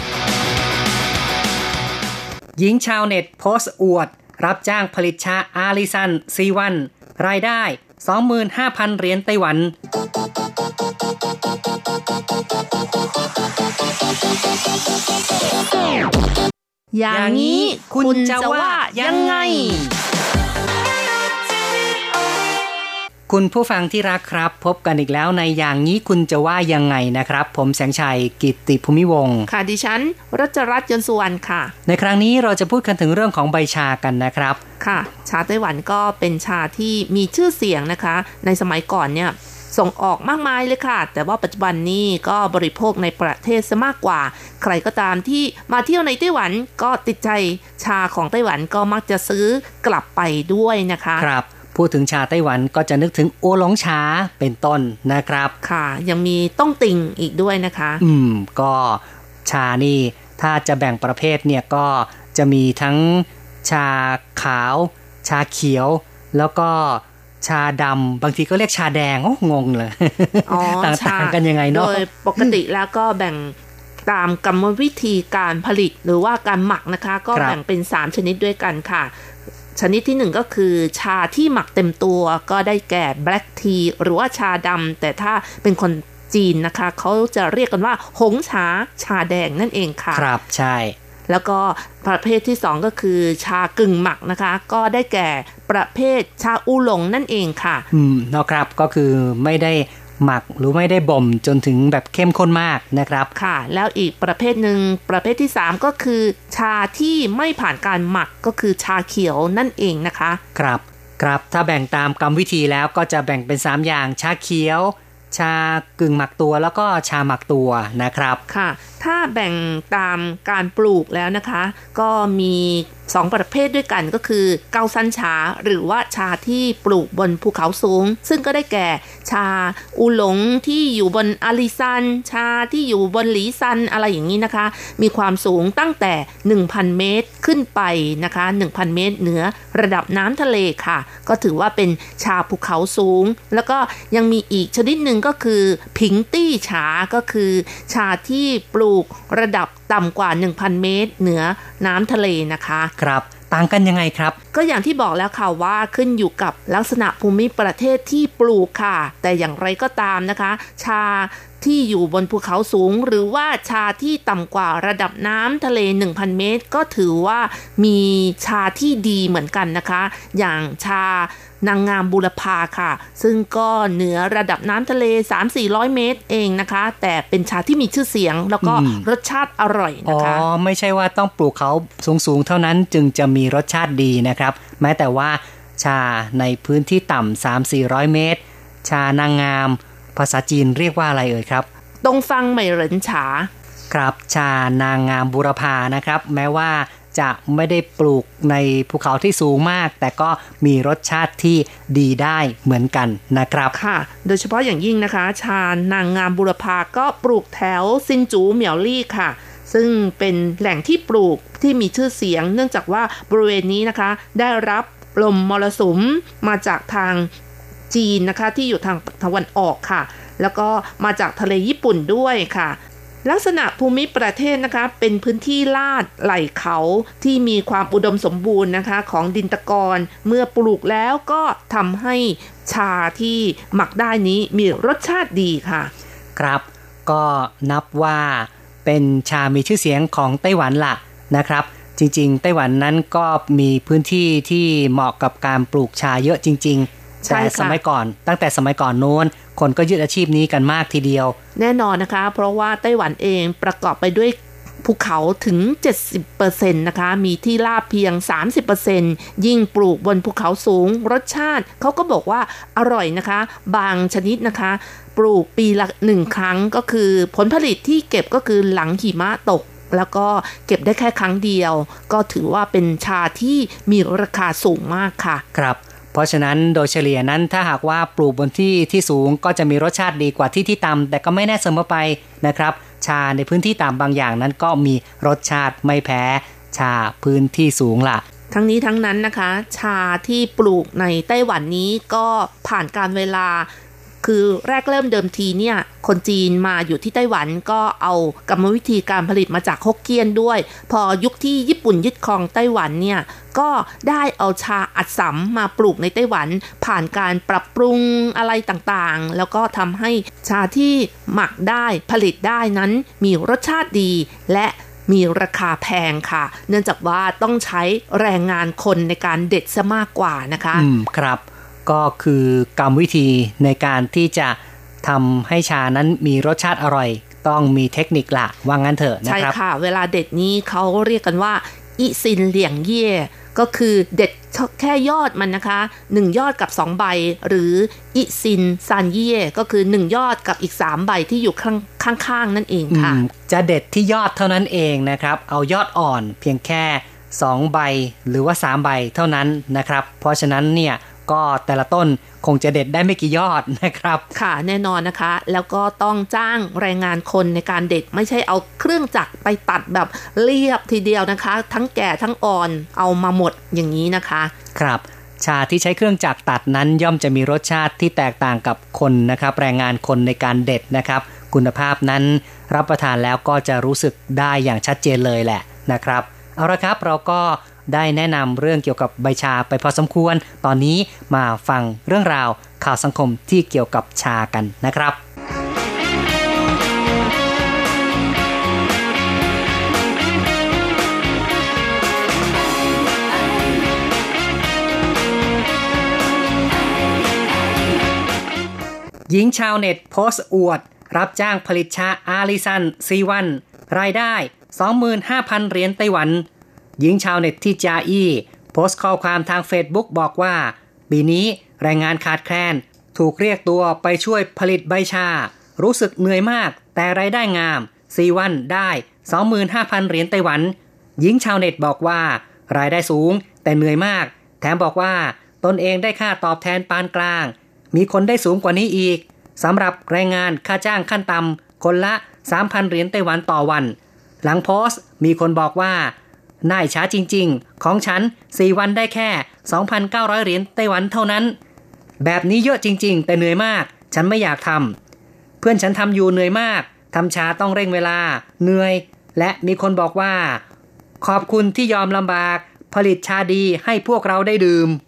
หญิงชาวเน็ตโพสต์อวดรับจ้างผลิตชาอาริซันซีวันรายได้ 25,000 เหรียญไต้หวันอย่างนี้คุณจะว่ายังไงคุณผู้ฟังที่รักครับพบกันอีกแล้วในอย่างนี้คุณจะว่ายังไงนะครับผมแสงชัยกิตติภูมิวงศ์ค่ะดิฉันรัชรัตน์ยนต์สุวรรณค่ะในครั้งนี้เราจะพูดกันถึงเรื่องของใบชากันนะครับค่ะชาไต้หวันก็เป็นชาที่มีชื่อเสียงนะคะในสมัยก่อนเนี่ยส่งออกมากมายเลยค่ะแต่ว่าปัจจุบันนี้ก็บริโภคในประเทศซะมากกว่าใครก็ตามที่มาเที่ยวในไต้หวันก็ติดใจชาของไต้หวันก็มักจะซื้อกลับไปด้วยนะคะครับพูดถึงชาไต้หวันก็จะนึกถึงโอหลงชาเป็นต้นนะครับค่ะยังมีต้องติ่งอีกด้วยนะคะก็ชานี่ถ้าจะแบ่งประเภทเนี่ยก็จะมีทั้งชาขาวชาเขียวแล้วก็ชาดำบางทีก็เรียกชาแดงงงเลยต่างกันยังไงเนาะโดยปกติแล้วก็แบ่งตามกรรมวิธีการผลิตหรือว่าการหมักนะคะก็แบ่งเป็น3ชนิดด้วยกันค่ะชนิดที่1ก็คือชาที่หมักเต็มตัวก็ได้แก่ Black Tea หรือว่าชาดำแต่ถ้าเป็นคนจีนนะคะเขาจะเรียกกันว่าหงฉาชาแดงนั่นเองค่ะครับใช่แล้วก็ประเภทที่2ก็คือชากึ่งหมักนะคะก็ได้แก่ประเภทชาอูหลงนั่นเองค่ะนะครับก็คือไม่ได้หมักหรือไม่ได้บ่มจนถึงแบบเข้มข้นมากนะครับค่ะแล้วอีกประเภทหนึ่งประเภทที่3ก็คือชาที่ไม่ผ่านการหมักก็คือชาเขียวนั่นเองนะคะครับถ้าแบ่งตามกรรมวิธีแล้วก็จะแบ่งเป็น3อย่างชาเขียวชากึ่งหมักตัวแล้วก็ชาหมักตัวนะครับค่ะถ้าแบ่งตามการปลูกแล้วนะคะก็มี2ประเภทด้วยกันก็คือเกาซันชาหรือว่าชาที่ปลูกบนภูเขาสูงซึ่งก็ได้แก่ชาอูหลงที่อยู่บนอาลีซันชาที่อยู่บนหลีซันอะไรอย่างนี้นะคะมีความสูงตั้งแต่ 1,000 เมตรขึ้นไปนะคะ 1,000 เมตรเหนือระดับน้ำทะเลค่ะก็ถือว่าเป็นชาภูเขาสูงแล้วก็ยังมีอีกชนิดหนึ่งก็คือผิงตี้ชาก็คือชาที่ปลูกระดับต่ำกว่า 1,000 เมตรเหนือน้ำทะเลนะคะครับต่างกันยังไงครับก็อย่างที่บอกแล้วค่ะว่าขึ้นอยู่กับลักษณะภูมิประเทศที่ปลูกค่ะแต่อย่างไรก็ตามนะคะชาที่อยู่บนภูเขาสูงหรือว่าชาที่ต่ำกว่าระดับน้ำทะเล 1,000 เมตรก็ถือว่ามีชาที่ดีเหมือนกันนะคะอย่างชานางงามบูรพาค่ะซึ่งก็เหนือระดับน้ำทะเล 3-400 เมตรเองนะคะแต่เป็นชาที่มีชื่อเสียงแล้วก็รสชาติอร่อยนะคะไม่ใช่ว่าต้องปลูกเขาสูงๆเท่านั้นจึงจะมีรสชาติดีนะครับแม้แต่ว่าชาในพื้นที่ต่ำ 3-400 เมตรชานางงามภาษาจีนเรียกว่าอะไรเอ่ยครับตงฟังเหมยเหรินฉาครับชานางงามบูรพานะครับแม้ว่าจะไม่ได้ปลูกในภูเขาที่สูงมากแต่ก็มีรสชาติที่ดีได้เหมือนกันนะครับค่ะโดยเฉพาะอย่างยิ่งนะคะชานางงามบูรพาก็ปลูกแถวซินจูเหมียวลี่ค่ะซึ่งเป็นแหล่งที่ปลูกที่มีชื่อเสียงเนื่องจากว่าบริเวณนี้นะคะได้รับลมมรสุมมาจากทางจีนนะคะที่อยู่ทางตะวันออกค่ะแล้วก็มาจากทะเลญี่ปุ่นด้วยค่ะลักษณะภูมิประเทศนะคะเป็นพื้นที่ลาดไหล่เขาที่มีความอุดมสมบูรณ์นะคะของดินตะกอนเมื่อปลูกแล้วก็ทำให้ชาที่หมักได้นี้มีรสชาติดีค่ะครับก็นับว่าเป็นชามีชื่อเสียงของไต้หวันล่ะนะครับจริงๆไต้หวันนั้นก็มีพื้นที่ที่เหมาะกับการปลูกชาเยอะจริงๆแต่สมัยก่อนตั้งแต่สมัยก่อนโน้นคนก็ยึดอาชีพนี้กันมากทีเดียวแน่นอนนะคะเพราะว่าไต้หวันเองประกอบไปด้วยภูเขาถึง 70% นะคะมีที่ราบเพียง 30% ยิ่งปลูกบนภูเขาสูงรสชาติเขาก็บอกว่าอร่อยนะคะบางชนิดนะคะปลูกปีละ1ครั้งก็คือผลผลิตที่เก็บก็คือหลังหิมะตกแล้วก็เก็บได้แค่ครั้งเดียวก็ถือว่าเป็นชาที่มีราคาสูงมากค่ะครับเพราะฉะนั้นโดยเฉลี่ยนั้นถ้าหากว่าปลูกบนที่ที่สูงก็จะมีรสชาติดีกว่าที่ที่ต่ำแต่ก็ไม่แน่เสมอไปนะครับชาในพื้นที่ต่ำบางอย่างนั้นก็มีรสชาติไม่แพ้ชาพื้นที่สูงล่ะทั้งนี้ทั้งนั้นนะคะชาที่ปลูกในไต้หวันนี้ก็ผ่านการเวลาคือแรกเริ่มเดิมทีเนี่ยคนจีนมาอยู่ที่ไต้หวันก็เอากรรมวิธีการผลิตมาจากฮกเกี้ยนด้วยพอยุคที่ญี่ปุ่นยึดครองไต้หวันเนี่ยก็ได้เอาชาอัดสำมาปลูกในไต้หวันผ่านการปรับปรุงอะไรต่างๆแล้วก็ทำให้ชาที่หมักได้ผลิตได้นั้นมีรสชาติดีและมีราคาแพงค่ะเนื่องจากว่าต้องใช้แรงงานคนในการเด็ดซะมากกว่านะคะครับก็คือกรรมวิธีในการที่จะทำให้ชานั้นมีรสชาติอร่อยต้องมีเทคนิคละว่างั้นเถอะนะครับใช่ค่ะเวลาเด็ดนี้เขาเรียกกันว่าอิซินเหลี่ยงเย่ก็คือเด็ดแค่ยอดมันนะคะ1ยอดกับ2ใบหรืออิซินซานเย่ก็คือ1ยอดกับอีก3ใบที่อยู่ข้างๆนั่นเองค่ะจะเด็ดที่ยอดเท่านั้นเองนะครับเอายอดอ่อนเพียงแค่2ใบหรือว่า3ใบเท่านั้นนะครับเพราะฉะนั้นเนี่ยก็แต่ละต้นคงจะเด็ดได้ไม่กี่ยอดนะครับค่ะแน่นอนนะคะแล้วก็ต้องจ้างแรงงานคนในการเด็ดไม่ใช่เอาเครื่องจักรไปตัดแบบเรียบทีเดียวนะคะทั้งแก่ทั้งอ่อนเอามาหมดอย่างนี้นะคะครับชาที่ใช้เครื่องจักรตัดนั้นย่อมจะมีรสชาติที่แตกต่างกับคนนะครับแรงงานคนในการเด็ดนะครับคุณภาพนั้นรับประทานแล้วก็จะรู้สึกได้อย่างชัดเจนเลยแหละนะครับเอาละครับเราก็ได้แนะนำเรื่องเกี่ยวกับใบชาไปพอสมควรตอนนี้มาฟังเรื่องราวข่าวสังคมที่เกี่ยวกับชากันนะครับหญิงชาวเน็ตโพสต์อวดรับจ้างผลิตชาอาริซันซีวันรายได้ 25,000 เหรียญไต้หวันหญิงชาวเน็ตที่จาอี้โพสต์ข้อความทาง Facebook บอกว่าปีนี้แรงงานขาดแคลนถูกเรียกตัวไปช่วยผลิตใบชารู้สึกเหนื่อยมากแต่รายได้งามซีวันได้ 25,000 เหรียญไต้หวันหญิงชาวเน็ตบอกว่ารายได้สูงแต่เหนื่อยมากแถมบอกว่าตนเองได้ค่าตอบแทนปานกลางมีคนได้สูงกว่านี้อีกสำหรับแรงงานค่าจ้างขั้นต่ำคนละ 3,000 เหรียญไต้หวันต่อวันหลังโพสต์มีคนบอกว่าน่าอิจฉาจริงๆของฉัน4วันได้แค่ 2,900 เหรียญไต้หวันเท่านั้นแบบนี้เยอะจริงๆแต่เหนื่อยมากฉันไม่อยากทำเพื่อนฉันทำอยู่เหนื่อยมากทำชาต้องเร่งเวลาเหนื่อยและมีคนบอกว่าขอบคุณที่ยอมลำบากผลิตชาดีให้พวกเราได้ดื่ม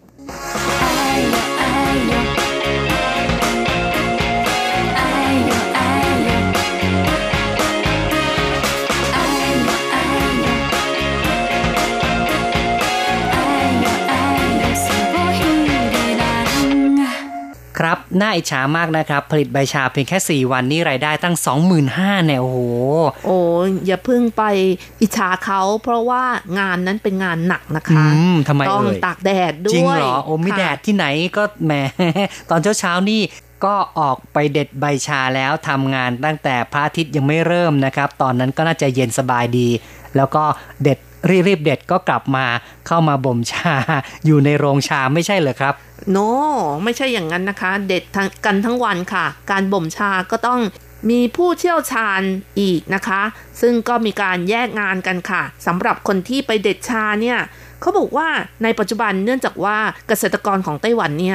ครับน่าอิจฉามากนะครับผลิตใบชาเพียงแค่4วันนี้รายได้ตั้ง 25,000 เนี่ยโอ้โหอย่าเพิ่งไปอิจฉาเขาเพราะว่างานนั้นเป็นงานหนักนะคะทำไมต้องตากแดดด้วยจริงเหรอไม่แดดที่ไหนก็แหมตอนเช้านี่ก็ออกไปเด็ดใบชาแล้วทำงานตั้งแต่พระอาทิตย์ยังไม่เริ่มนะครับตอนนั้นก็น่าจะเย็นสบายดีแล้วก็เด็ดรีบเด็ดก็กลับมาเข้ามาบ่มชาอยู่ในโรงชาไม่ใช่เหรอครับไม่ใช่อย่างนั้นนะคะเด็ดกันทั้งวันค่ะการบ่มชาก็ต้องมีผู้เชี่ยวชาญอีกนะคะซึ่งก็มีการแยกงานกันค่ะสำหรับคนที่ไปเด็ดชาเนี่ยเขาบอกว่าในปัจจุบันเนื่องจากว่าเกษตรกรของไต้หวันเนี่ย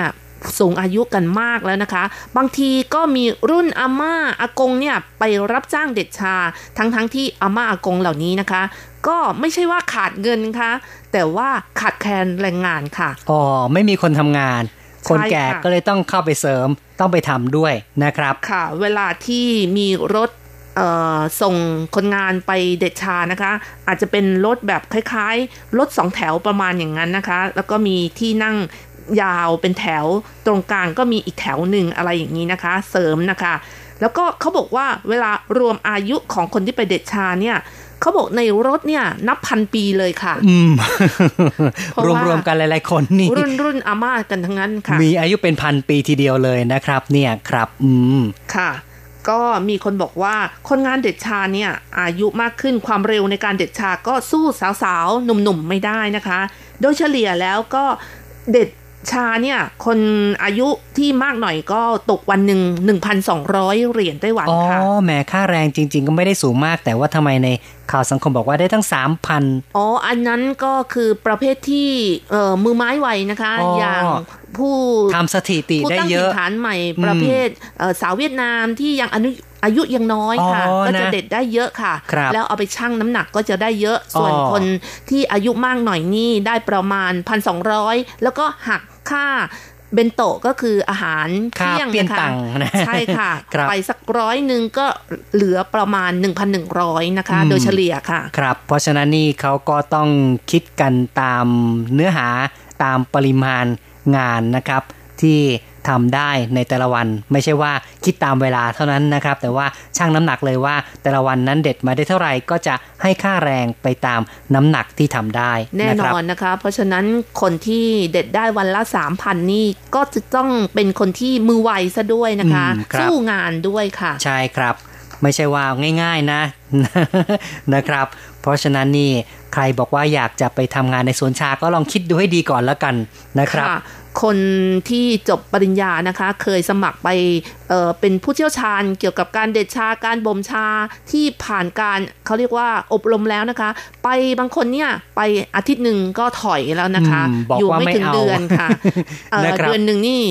สูงอายุกันมากแล้วนะคะบางทีก็มีรุ่นอาม่าอากงเนี่ยไปรับจ้างเด็ดชาทั้งที่อาม่าอากงเหล่านี้นะคะก็ไม่ใช่ว่าขาดเงินค่ะแต่ว่าขาดแคลนแรงงานค่ะอ๋อไม่มีคนทำงานคนแก่ก็เลยต้องเข้าไปเสริมต้องไปทำด้วยนะครับค่ะเวลาที่มีรถส่งคนงานไปเด็ดชานะคะอาจจะเป็นรถแบบคล้ายๆรถ2แถวประมาณอย่างนั้นนะคะแล้วก็มีที่นั่งยาวเป็นแถวตรงกลางก็มีอีกแถวหนึ่งอะไรอย่างนี้นะคะเสริมนะคะแล้วก็เขาบอกว่าเวลารวมอายุของคนที่ไปเด็ดชาเนี่ยเขาบอกในรถเนี่ยนับพันปีเลยค่ะรวมๆกันหลายๆคนนี่รุ่นอาม่ากันทั้งนั้นค่ะมีอายุเป็นพันปีทีเดียวเลยนะครับเนี่ยครับค่ะก็มีคนบอกว่าคนงานเด็ดชาเนี่ยอายุมากขึ้นความเร็วในการเด็ดชาก็สู้สาวๆหนุ่มๆไม่ได้นะคะโดยเฉลี่ยแล้วก็เด็ดชาเนี่ยคนอายุที่มากหน่อยก็ตกวันหนึ่ง 1,200 เหรียญไต้หวันค่ะอ๋อแหมค่าแรงจริงๆก็ไม่ได้สูงมากแต่ว่าทำไมในข่าวสังคมบอกว่าได้ตั้ง 3,000 อ๋ออันนั้นก็คือประเภทที่มือไม้ไวนะคะอย่างผู้ทำสถิติได้เยอะผู้ตั้งถิ่นฐานใหม่ประเภทสาวเวียดนามที่ยังอายุยังน้อยค่ะก็จะเด็ดได้เยอะค่ะแล้วเอาไปชั่งน้ำหนักก็จะได้เยอะส่วนคนที่อายุมากหน่อยนี่ได้ประมาณ 1,200 แล้วก็หักค่าเบนโตะก็คืออาหารเที่ยงนะคะใช่ค่ะไปสัก100ก็เหลือประมาณ 1,100 นะคะโดยเฉลี่ยค่ะครับเพราะฉะนั้นนี่เขาก็ต้องคิดกันตามเนื้อหาตามปริมาณงานนะครับที่ทำได้ในแต่ละวันไม่ใช่ว่าคิดตามเวลาเท่านั้นนะครับแต่ว่าชั่งน้ำหนักเลยว่าแต่ละวันนั้นเด็ดมาได้เท่าไหร่ก็จะให้ค่าแรงไปตามน้ำหนักที่ทำได้แน่นอนนะคะเพราะฉะนั้นคนที่เด็ดได้วันละ 3,000 นี่ก็จะต้องเป็นคนที่มือไวซะด้วยนะคะสู้งานด้วยค่ะใช่ครับไม่ใช่ว่าง่ายๆนะนะครับเพราะฉะนั้นนี่ใครบอกว่าอยากจะไปทำงานในสวนชาก็ลองคิดดูให้ดีก่อนแล้วกันนะครับคนที่จบปริญญานะคะเคยสมัครไปเป็นผู้เชี่ยวชาญเกี่ยวกับการเด็ดชาการบ่มชาที่ผ่านการเขาเรียกว่าอบรมแล้วนะคะไปบางคนเนี่ยไปอาทิตย์หนึ่งก็ถอยแล้วนะคะอยู่ไม่ถึงเดือนค่ะ เดือนหนึ่งนี่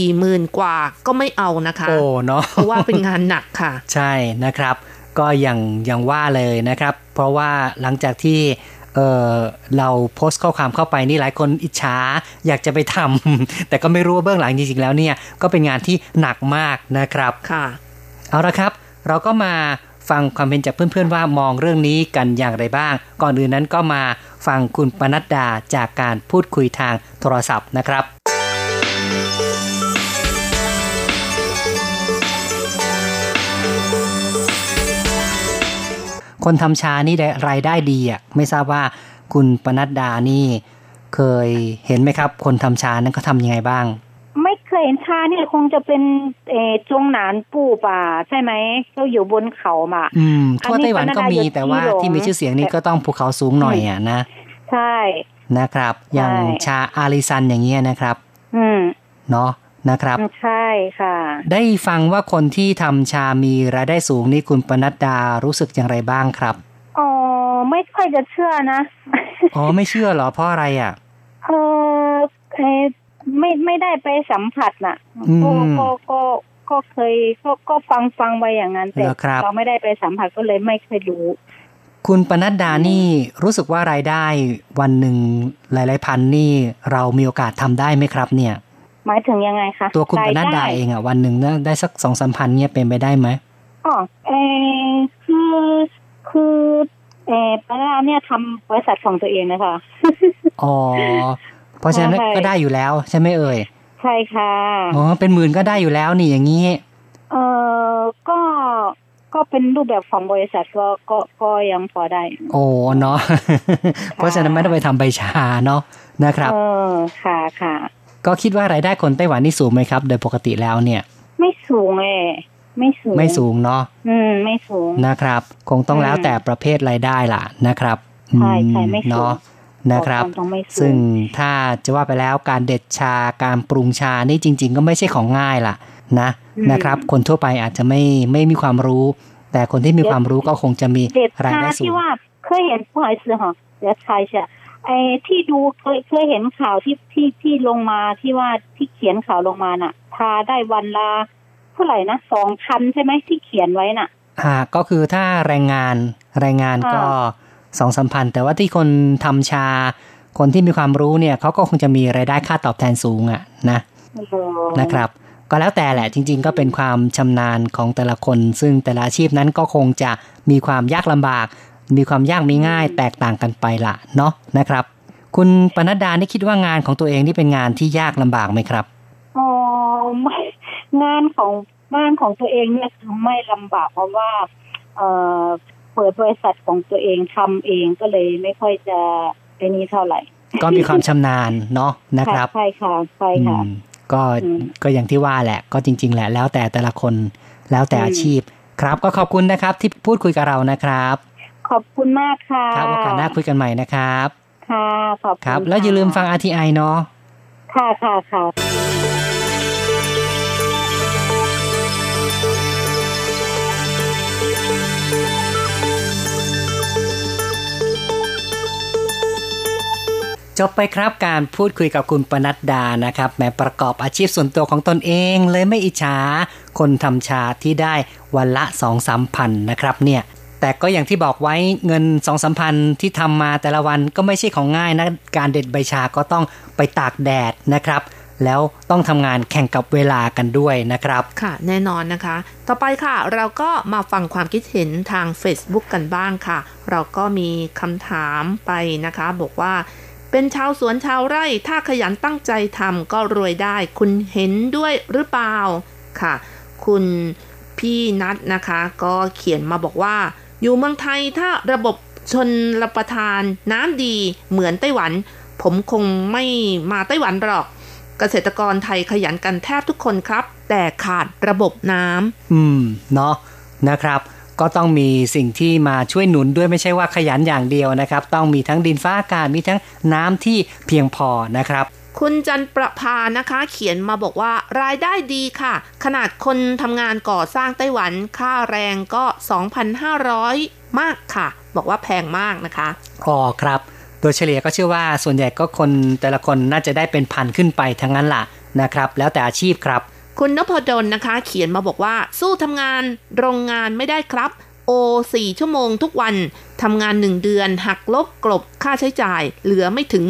40,000 กว่าก็ไม่เอานะคะเพราะว่าเป็นงานหนักค่ะใช่นะครับก็อย่างว่าเลยนะครับเพราะว่าหลังจากที่เราโพสต์ข้อความเข้าไปนี่หลายคนอิจฉาอยากจะไปทำแต่ก็ไม่รู้ว่าเบื้องหลังจริงๆแล้วเนี่ยก็เป็นงานที่หนักมากนะครับค่ะเอาละครับเราก็มาฟังความเห็นจากเพื่อนๆว่ามองเรื่องนี้กันอย่างไรบ้างก่อนอื่นนั้นก็มาฟังคุณปนัดดาจากการพูดคุยทางโทรศัพท์นะครับคนทำชานี่ได้รายได้ดีอ่ะไม่ทราบว่าคุณปนัดดานี่เคยเห็นไหมครับคนทำชานั้นเขาทำยังไงบ้างไม่เคยเห็นชาเนี่ยคงจะเป็นจงหนานปูป่าใช่ไหมเขาอยู่บนเขามาทั่วไต้หวันก็มีแต่ว่าที่มีชื่อเสียงนี่ก็ต้องภูเขาสูงหน่อยอ่ะนะใช่นะครับอย่างชาอาริซันอย่างเงี้ยนะครับเนาะนะครับใช่ค่ะได้ฟังว่าคนที่ทำชามีรายได้สูงนี่คุณปนัดดารู้สึกอย่างไรบ้างครับอ๋อไม่ค่อยจะเชื่อนะอ๋อไม่เชื่อเหรอเพราะอะไรอ่ะไม่ได้ไปสัมผัสน่ะก็เคยก็ฟังไว้อย่างนั้นแต่เราไม่ได้ไปสัมผัสก็เลยไม่เคยรู้คุณปนัดดานี่รู้สึกว่ารายได้วันหนึ่งหลายๆพันนี่เรามีโอกาสทำได้ไหมครับเนี่ยหมายถึงยังไงคะตัวคุณปนัดดาเองอ่ะวันหนึ่งได้สัก 2-3 พันเนี่ยเป็นไปได้ไหมอ๋อคือปนัดดาเนี่ยทำบริษัทของตัวเองนะคะอ๋อเพราะฉะนั้นก็ได้อยู่แล้วใช่ไหมเอ่ยใช่ค่ะอ๋อเป็นหมื่นก็ได้อยู่แล้วนี่อย่างนี้ก็เป็นรูปแบบของบริษัทก็ยังพอได้โอ้เนาะ เพราะฉะนั้นไม่ต้องไปทำใบชาเนาะนะครับค่ะก็คิดว่ารายได้คนไต้หวันนี่สูงไหมครับโดยปกติแล้วเนี่ยไม่สูงไม่สูงเนาะไม่สูงนะครับคงต้องแล้วแต่ประเภทรายได้ล่ะนะครับใช่ไม่สูงเนาะนะครับซึ่งถ้าจะว่าไปแล้วการเด็ดชาการปรุงชานี่จริงๆก็ไม่ใช่ของง่ายล่ะนะครับคนทั่วไปอาจจะไม่มีความรู้แต่คนที่มีความรู้ก็คงจะมีรายได้สูงที่ว่าเคยเห็นผู้หายซื้อเหรอเดี๋ยวทายใช่ไอ้ที่ดูเคยเห็นข่าวที่ลงมาที่ว่าที่เขียนข่าวลงมาน่ะทาได้วันละเท่าไหร่นะ 2,000 ใช่ไหมที่เขียนไว้น่ะก็คือถ้าแรงงานก็ 2-3 พันแต่ว่าที่คนทำชาคนที่มีความรู้เนี่ยเขาก็คงจะมีรายได้ค่าตอบแทนสูงนะครับก็แล้วแต่แหละจริงๆก็เป็นความชำนาญของแต่ละคนซึ่งแต่ละอาชีพนั้นก็คงจะมีความยากลำบากมีความยากมีง่ายแตกต่างกันไปละเนาะนะครับคุณปนัดดานี่คิดว่างานของตัวเองนี่เป็นงานที่ยากลำบากไหมครับไม่งานของบ้านของตัวเองเนี่ยคือไม่ลำบากเพราะว่าเปิดบริษัทของตัวเองทำเองก็เลยไม่ค่อยจะไอ้นี้เท่าไหร่ก็มีความชำนาญเนาะนะครับใช่ค่ะก็อย่างที่ว่าแหละก็จริงๆแหละแล้วแต่ละคนแล้วแต่อาชีพครับก็ขอบคุณนะครับที่พูดคุยกับเรานะครับขอบคุณมากค่ะครับโอกาสหน้าคุยกันใหม่นะครับค่ะขอบคุณครับแล้วอย่าลืมฟัง RTI เนาะค่ะจบไปครับการพูดคุยกับคุณปนัดดานะครับแม้ประกอบอาชีพส่วนตัวของตนเองเลยไม่อิจฉาคนทำชาที่ได้วันละ 2-3 พันนะครับเนี่ยแต่ก็อย่างที่บอกไว้เงิน 2-3 พันที่ทำมาแต่ละวันก็ไม่ใช่ของง่ายนะการเด็ดใบชาก็ต้องไปตากแดดนะครับแล้วต้องทำงานแข่งกับเวลากันด้วยนะครับค่ะแน่นอนนะคะต่อไปค่ะเราก็มาฟังความคิดเห็นทาง Facebook กันบ้างค่ะเราก็มีคำถามไปนะคะบอกว่าเป็นชาวสวนชาวไร่ถ้าขยันตั้งใจทำก็รวยได้คุณเห็นด้วยหรือเปล่าค่ะคุณพี่นัทนะคะก็เขียนมาบอกว่าอยู่เมืองไทยถ้าระบบชนรับประทานน้ำดีเหมือนไต้หวันผมคงไม่มาไต้หวันหรอกเกษตรกรไทยขยันกันแทบทุกคนครับแต่ขาดระบบน้ำเนาะนะครับก็ต้องมีสิ่งที่มาช่วยหนุนด้วยไม่ใช่ว่าขยันอย่างเดียวนะครับต้องมีทั้งดินฟ้าอากาศมีทั้งน้ำที่เพียงพอนะครับคุณจันประภานะคะเขียนมาบอกว่ารายได้ดีค่ะขนาดคนทำงานก่อสร้างไต้หวันค่าแรงก็ 2,500 มากค่ะบอกว่าแพงมากนะคะครับโดยเฉลี่ยก็เชื่อว่าส่วนใหญ่ก็คนแต่ละคนน่าจะได้เป็นพันขึ้นไปทั้งนั้นล่ะนะครับแล้วแต่อาชีพครับคุณนพดลนะคะเขียนมาบอกว่าสู้ทำงานโรงงานไม่ได้ครับ4 ชั่วโมงทุกวันทำงาน1 เดือนหักลบกลบค่าใช้จ่ายเหลือไม่ถึง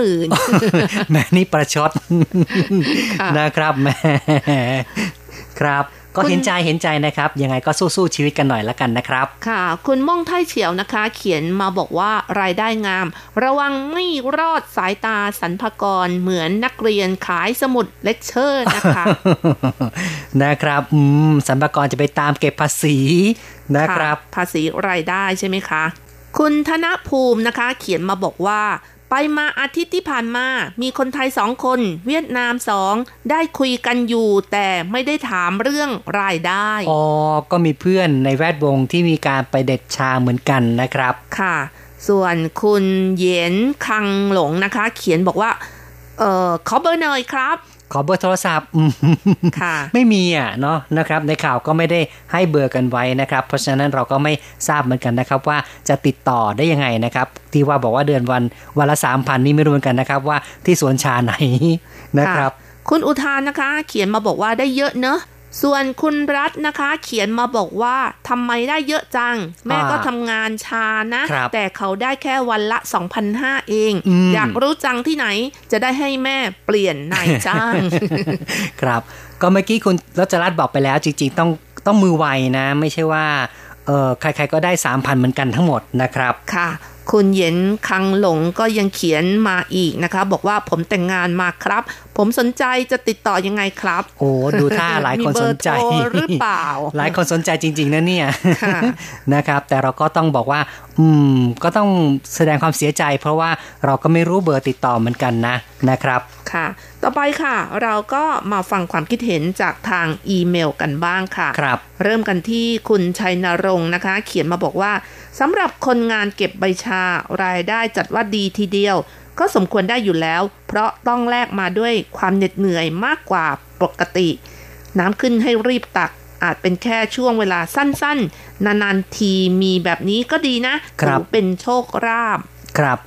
30,000 แม่นี่ประชด นะครับแม่ครับก็เห็นใจนะครับยังไงก็สู้ๆชีวิตกันหน่อยละกันนะครับค่ะคุณม่องไทเฉียวนะคะเขียนมาบอกว่ารายได้งามระวังไม่รอดสายตาสรรพากรเหมือนนักเรียนขายสมุดเลคเชอร์นะคะนะครับสรรพากรจะไปตามเก็บภาษีนะครับภาษีรายได้ใช่ไหมคะคุณธนภูมินะคะเขียนมาบอกว่าไปมาอาทิตย์ที่ผ่านมามีคนไทย2 คนเวียดนาม2ได้คุยกันอยู่แต่ไม่ได้ถามเรื่องรายได้ก็มีเพื่อนในแวดวงที่มีการไปเด็ดชาเหมือนกันนะครับค่ะส่วนคุณเหยียนคังหลงนะคะเขียนบอกว่าขอเบอร์หน่อยครับขอเบอร์โทรศัพท์ค่ะไม่มีเนาะนะครับในข่าวก็ไม่ได้ให้เบอร์กันไว้นะครับเพราะฉะนั้นเราก็ไม่ทราบเหมือนกันนะครับว่าจะติดต่อได้ยังไงนะครับที่ว่าบอกว่าเดือนวันละ 3,000 นี่ไม่รู้เหมือนกันนะครับว่าที่สวนชาไหนนะครับคุณอุทานนะคะเขียนมาบอกว่าได้เยอะเนอะส่วนคุณรัตนะคะเขียนมาบอกว่าทำไมได้เยอะจังแม่ก็ทำงานชานะแต่เขาได้แค่วันละ 2,500 เองอยากรู้จังที่ไหนจะได้ให้แม่เปลี่ยนนายจ้างครับก็เมื่อกี้คุณรัชรัตน์บอกไปแล้วจริงๆต้องมือไวนะไม่ใช่ว่าใครๆก็ได้ 3,000 เหมือนกันทั้งหมดนะครับค่ะคุณเหย็นคังหลงก็ยังเขียนมาอีกนะคะบอกว่าผมแต่งงานมาครับผมสนใจจะติดต่อยังไงครับดูท่าหลายคนสนใจหรือเปล่าหลายคนสนใจจริงๆนะเนี่ยนะครับแต่เราก็ต้องบอกว่าก็ต้องแสดงความเสียใจเพราะว่าเราก็ไม่รู้เบอร์ติดต่อเหมือนกันนะครับค่ะต่อไปค่ะเราก็มาฟังความคิดเห็นจากทางอีเมลกันบ้างค่ะครับเริ่มกันที่คุณชัยนรงค์นะคะเขียนมาบอกว่าสำหรับคนงานเก็บใบชารายได้จัดว่าดีทีเดียวก็สมควรได้อยู่แล้วเพราะต้องแลกมาด้วยความเหน็ดเหนื่อยมากกว่าปกติน้ำขึ้นให้รีบตักอาจเป็นแค่ช่วงเวลาสั้นๆนานๆทีมีแบบนี้ก็ดีนะถือเป็นโชคลาภครับ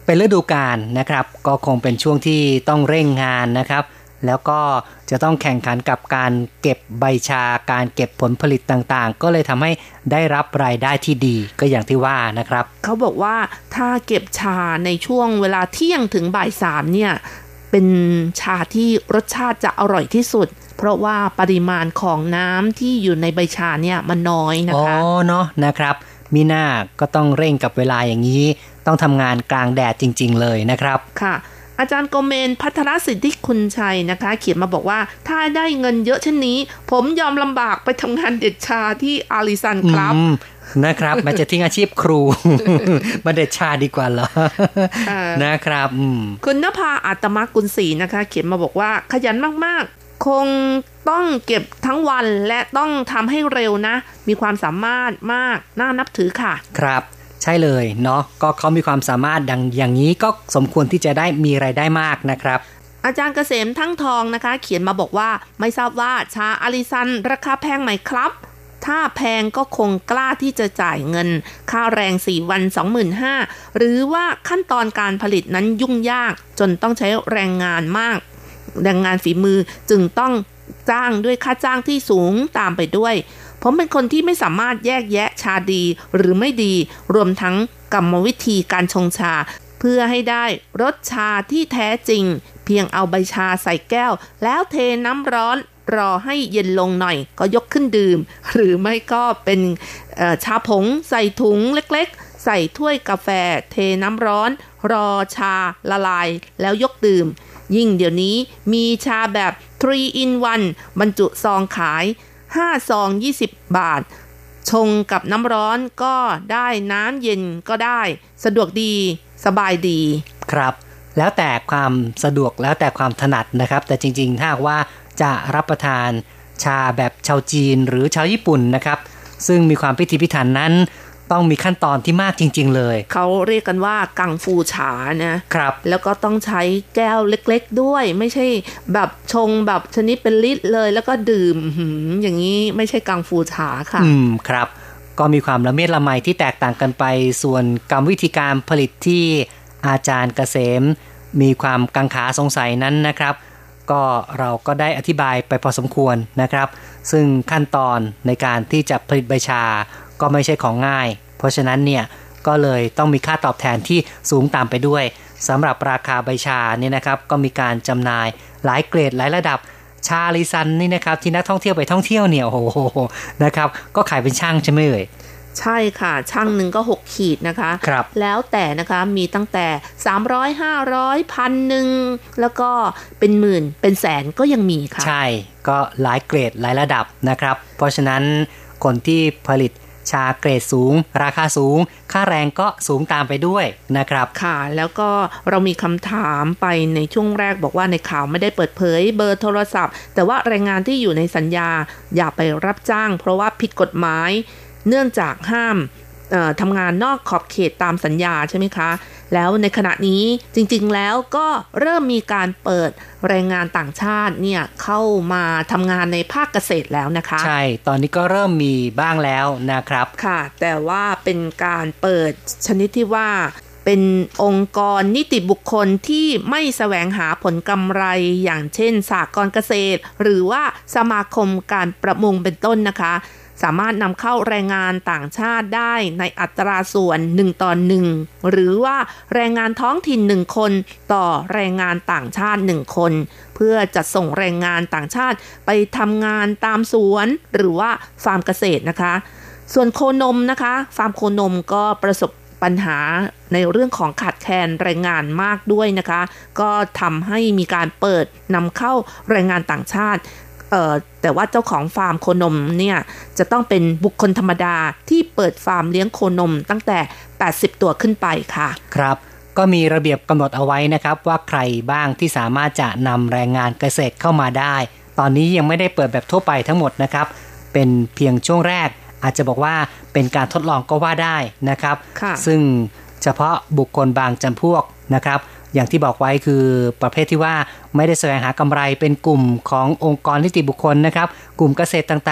เป็นฤดูกาลนะครับก็คงเป็นช่วงที่ต้องเร่งงานนะครับแล้วก็จะต้องแข่งขันกับการเก็บใบชาการเก็บผลผลิตต่างๆก็เลยทำให้ได้รับรายได้ที่ดีก็อย่างที่ว่านะครับเขาบอกว่าถ้าเก็บชาในช่วงเวลาเที่ยงถึงบ่ายสามเนี่ยเป็นชาที่รสชาติจะอร่อยที่สุดเพราะว่าปริมาณของน้ำที่อยู่ในใบชาเนี่ยมันน้อยนะคะเนาะนะครับมีหน้าก็ต้องเร่งกับเวลาอย่างนี้ต้องทำงานกลางแดดจริงๆเลยนะครับค่ะอาจารย์โกเมนพัทรสิทธิคุณชัยนะคะเขียนมาบอกว่าถ้าได้เงินเยอะเช่นนี้ผมยอมลำบากไปทำงานเด็ดชาที่อาริซันครับนะครับมันจะทิ้งอาชีพครู มาเด็ดชาดีกว่าเหรอ นะครับคุณนภาอัตมกุลศรีนะคะเขียนมาบอกว่าขยันมากๆคงต้องเก็บทั้งวันและต้องทำให้เร็วนะมีความสามารถมากน่านับถือค่ะครับใช่เลยเนาะก็เขามีความสามารถดังอย่างนี้ก็สมควรที่จะได้มีรายได้มากนะครับอาจารย์เกษมทั้งทองนะคะเขียนมาบอกว่าไม่ทราบว่าชาอาริซันราคาแพงไหมครับถ้าแพงก็คงกล้าที่จะจ่ายเงินค่าแรง4วัน 25,000 หรือว่าขั้นตอนการผลิตนั้นยุ่งยากจนต้องใช้แรงงานมากแรงงานฝีมือจึงต้องจ้างด้วยค่าจ้างที่สูงตามไปด้วยผมเป็นคนที่ไม่สามารถแยกแยะชาดีหรือไม่ดีรวมทั้งกรรมวิธีการชงชาเพื่อให้ได้รสชาที่แท้จริงเพียงเอาใบชาใส่แก้วแล้วเทน้ำร้อนรอให้เย็นลงหน่อยก็ยกขึ้นดื่มหรือไม่ก็เป็นชาผงใส่ถุงเล็กๆใส่ถ้วยกาแฟเทน้ำร้อนรอชาละลายแล้วยกดื่มยิ่งเดี๋ยวนี้มีชาแบบ3 in 1บรรจุซองขาย5 ซอง 20 บาทชงกับน้ำร้อนก็ได้น้ำเย็นก็ได้สะดวกดีสบายดีครับแล้วแต่ความสะดวกแล้วแต่ความถนัดนะครับแต่จริงๆถ้าว่าจะรับประทานชาแบบชาวจีนหรือชาวญี่ปุ่นนะครับซึ่งมีความพิถีพิถันนั้นต้องมีขั้นตอนที่มากจริงๆเลยเขาเรียกกันว่ากังฟูฉานะครับแล้วก็ต้องใช้แก้วเล็กๆด้วยไม่ใช่แบบชงแบบชนิดเป็นลิตรเลยแล้วก็ดื่มอย่างนี้ไม่ใช่กังฟูฉาค่ะครับก็มีความละเมียดละไมที่แตกต่างกันไปส่วนกรรมวิธีการผลิตที่อาจารย์เกษมมีความกังขาสงสัยนั้นนะครับก็เราก็ได้อธิบายไปพอสมควรนะครับซึ่งขั้นตอนในการที่จะผลิตใบชาก็ไม่ใช่ของง่ายเพราะฉะนั้นเนี่ยก็เลยต้องมีค่าตอบแทนที่สูงตามไปด้วยสำหรับราคาใบชาเนี่ยนะครับก็มีการจำหน่ายหลายเกรดหลายระดับชาลิซันนี่นะครับที่นักท่องเที่ยวไปท่องเที่ยวเนี่ยโอ้โหนะครับก็ขายเป็นช่างใช่ไหมเอ่ยใช่ค่ะช่างหนึ่งก็6ขีดนะคะครับแล้วแต่นะคะมีตั้งแต่300 500 1,000แล้วก็เป็นหมื่นเป็นแสนก็ยังมีค่ะใช่ก็หลายเกรดหลายระดับนะครับเพราะฉะนั้นคนที่ผลิตชาเกรดสูงราคาสูงค่าแรงก็สูงตามไปด้วยนะครับค่ะแล้วก็เรามีคำถามไปในช่วงแรกบอกว่าในข่าวไม่ได้เปิดเผยเบอร์โทรศัพท์แต่ว่าแรงงานที่อยู่ในสัญญาอย่าไปรับจ้างเพราะว่าผิดกฎหมายเนื่องจากห้ามทำงานนอกขอบเขตตามสัญญาใช่ไหมคะแล้วในขณะนี้จริงๆแล้วก็เริ่มมีการเปิดแรงงานต่างชาติเนี่ยเข้ามาทำงานในภาคเกษตรแล้วนะคะใช่ตอนนี้ก็เริ่มมีบ้างแล้วนะครับค่ะแต่ว่าเป็นการเปิดชนิดที่ว่าเป็นองค์กรนิติบุคคลที่ไม่แสวงหาผลกำไรอย่างเช่นสหกรณ์เกษตรหรือว่าสมาคมการประมงเป็นต้นนะคะสามารถนำเข้าแรงงานต่างชาติได้ในอัตราส่วน1:1หรือว่าแรงงานท้องถิ่น1คนต่อแรงงานต่างชาติ1คนเพื่อจัดส่งแรงงานต่างชาติไปทำงานตามสวนหรือว่าฟาร์มเกษตรนะคะส่วนโคนมนะคะฟาร์มโคนมก็ประสบปัญหาในเรื่องของขาดแคลนแรงงานมากด้วยนะคะก็ทำให้มีการเปิดนำเข้าแรงงานต่างชาติแต่ว่าเจ้าของฟาร์มโคนมเนี่ยจะต้องเป็นบุคคลธรรมดาที่เปิดฟาร์มเลี้ยงโคนมตั้งแต่80ตัวขึ้นไปค่ะครับก็มีระเบียบกำหนดเอาไว้นะครับว่าใครบ้างที่สามารถจะนำแรงงานเกษตรเข้ามาได้ตอนนี้ยังไม่ได้เปิดแบบทั่วไปทั้งหมดนะครับเป็นเพียงช่วงแรกอาจจะบอกว่าเป็นการทดลองก็ว่าได้นะครับซึ่งเฉพาะบุคคลบางจำพวกนะครับอย่างที่บอกไว้คือประเภทที่ว่าไม่ได้แสวงหากำไรเป็นกลุ่มขององค์กรนิติบุคคลนะครับกลุ่มเกษตรต่างๆ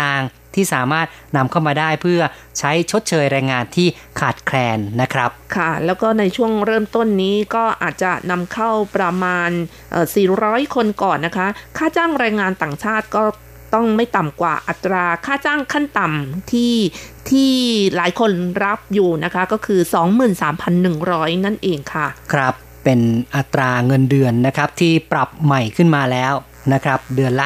ที่สามารถนำเข้ามาได้เพื่อใช้ชดเชยแรงงานที่ขาดแคลนนะครับค่ะแล้วก็ในช่วงเริ่มต้นนี้ก็อาจจะนำเข้าประมาณ400 คนก่อนนะคะค่าจ้างแรงงานต่างชาติก็ต้องไม่ต่ำกว่าอัตราค่าจ้างขั้นต่ำที่หลายคนรับอยู่นะคะก็คือ 23,100 นั่นเองค่ะครับเป็นอัตราเงินเดือนนะครับที่ปรับใหม่ขึ้นมาแล้วนะครับเดือนละ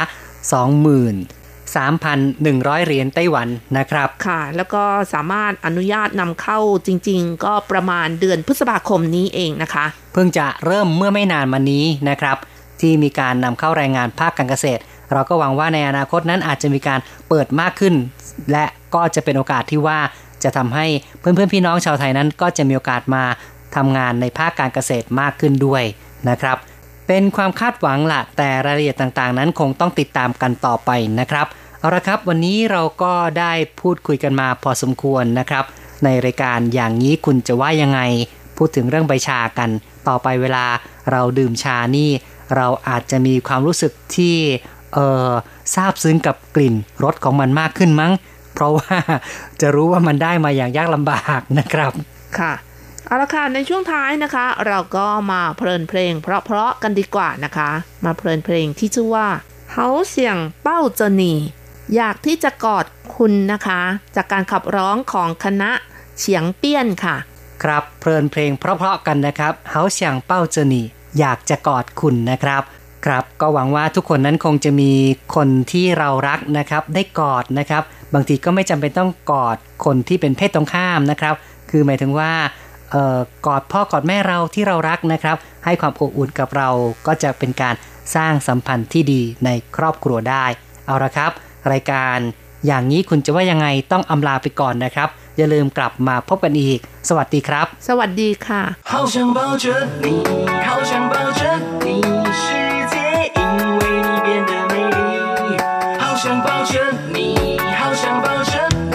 23,100 เหรียญไต้หวันนะครับค่ะแล้วก็สามารถอนุญาตนำเข้าจริงๆก็ประมาณเดือนพฤษภาคมนี้เองนะคะเพิ่งจะเริ่มเมื่อไม่นานมานี้นะครับที่มีการนำเข้าแรงงานภาคการเกษตรเราก็หวังว่าในอนาคตนั้นอาจจะมีการเปิดมากขึ้นและก็จะเป็นโอกาสที่ว่าจะทำให้เพื่อนๆพี่น้องชาวไทยนั้นก็จะมีโอกาสมาทำงานในภาคการเกษตรมากขึ้นด้วยนะครับเป็นความคาดหวังละแต่รายละเอียดต่างๆนั้นคงต้องติดตามกันต่อไปนะครับเอาละครับวันนี้เราก็ได้พูดคุยกันมาพอสมควรนะครับในรายการอย่างนี้คุณจะว่ายังไงพูดถึงเรื่องใบชากันต่อไปเวลาเราดื่มชานี่เราอาจจะมีความรู้สึกที่ซาบซึ้งกับกลิ่นรสของมันมากขึ้นมั้งเพราะว่าจะรู้ว่ามันได้มาอย่างยากลำบากนะครับค่ะเอาละค่ะในช่วงท้ายนะคะเราก็มาเพลินเพลงเพราะๆกันดีกว่านะคะมาเพลินเพลงที่ชื่อว่าเฮาเสียงเป้าเจนีอยากที่จะกอดคุณนะคะจากการขับร้องของคณะเฉียงเปี้ยนค่ะครับเพลินเพลงเพราะๆกันนะครับเฮาเสียงเป้าเจนีอยากจะกอดคุณนะครับครับก็หวังว่าทุกคนนั้นคงจะมีคนที่เรารักนะครับได้กอดนะครับบางทีก็ไม่จำเป็นต้องกอดคนที่เป็นเพศตรงข้ามนะครับคือหมายถึงว่ากอดพ่อกอดแม่เราที่เรารักนะครับให้ความอบอุ่นกับเราก็จะเป็นการสร้างสัมพันธ์ที่ดีในครอบครัวได้เอาละครับรายการอย่างนี้คุณจะว่ายังไงต้องอำลาไปก่อนนะครับอย่าลืมกลับมาพบกันอีกสวัสดีครับสวัสดีค่ะ好想抱着你好想抱着你世界因为你变得美丽好想抱着你好想抱着你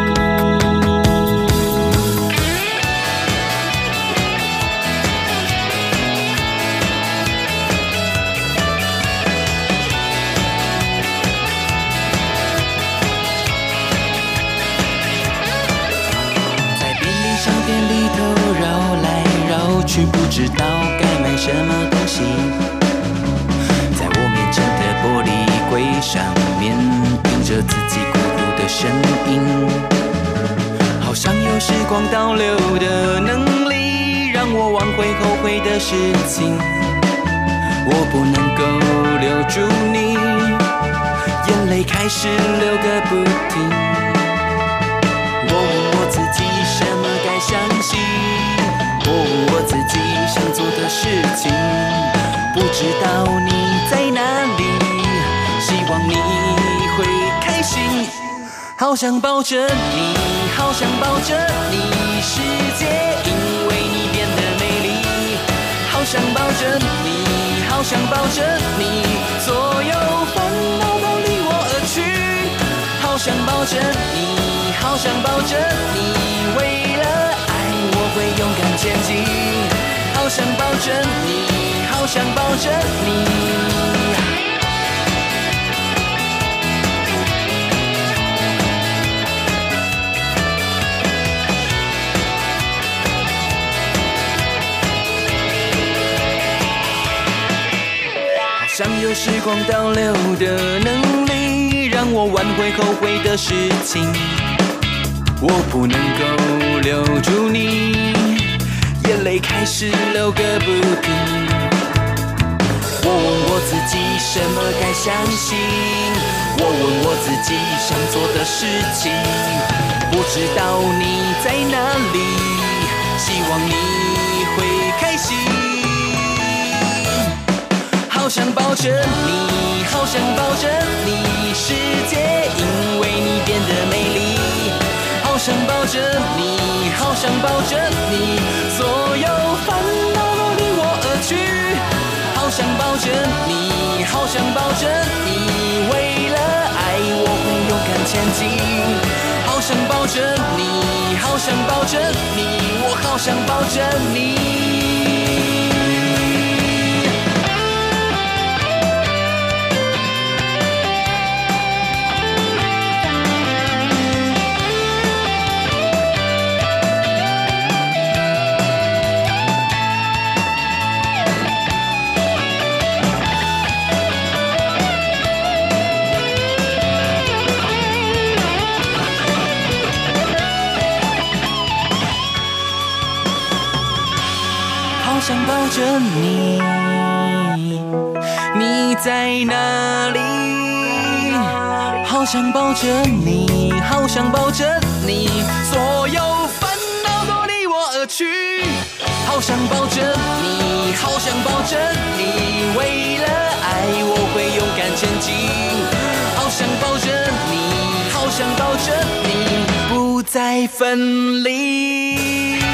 不知道该买什么东西在我面前的玻璃柜上面映着自己孤独的身影好像有时光倒流的能力让我挽回后悔的事情我不能够留住你眼泪开始流个不停我问我自己什么该相信我问我自己想做的事情不知道你在哪里希望你会开心好想抱着你好想抱着你世界因为你变得美丽好想抱着你好想抱着你所有烦恼都离我而去好想抱着你好想抱着你为了我会勇敢前进好想抱着你好想抱着你好像有时光倒流的能力让我挽回后悔的事情我不能够留住你眼泪开始流个不停我问我自己什么该相信我问我自己想做的事情不知道你在哪里希望你会开心好想抱着你好想抱着你世界因为你变得美丽好想抱着你好想抱着你所有烦恼都离我而去好想抱着你好想抱着你为了爱我会勇敢前进好想抱着你好想抱着你我好想抱着你想抱着你，你在哪里？好想抱着你，好想抱着你，所有烦恼都离我而去。好想抱着你，好想抱着你，为了爱我会勇敢前进。好想抱着你，好想抱着你，不再分离。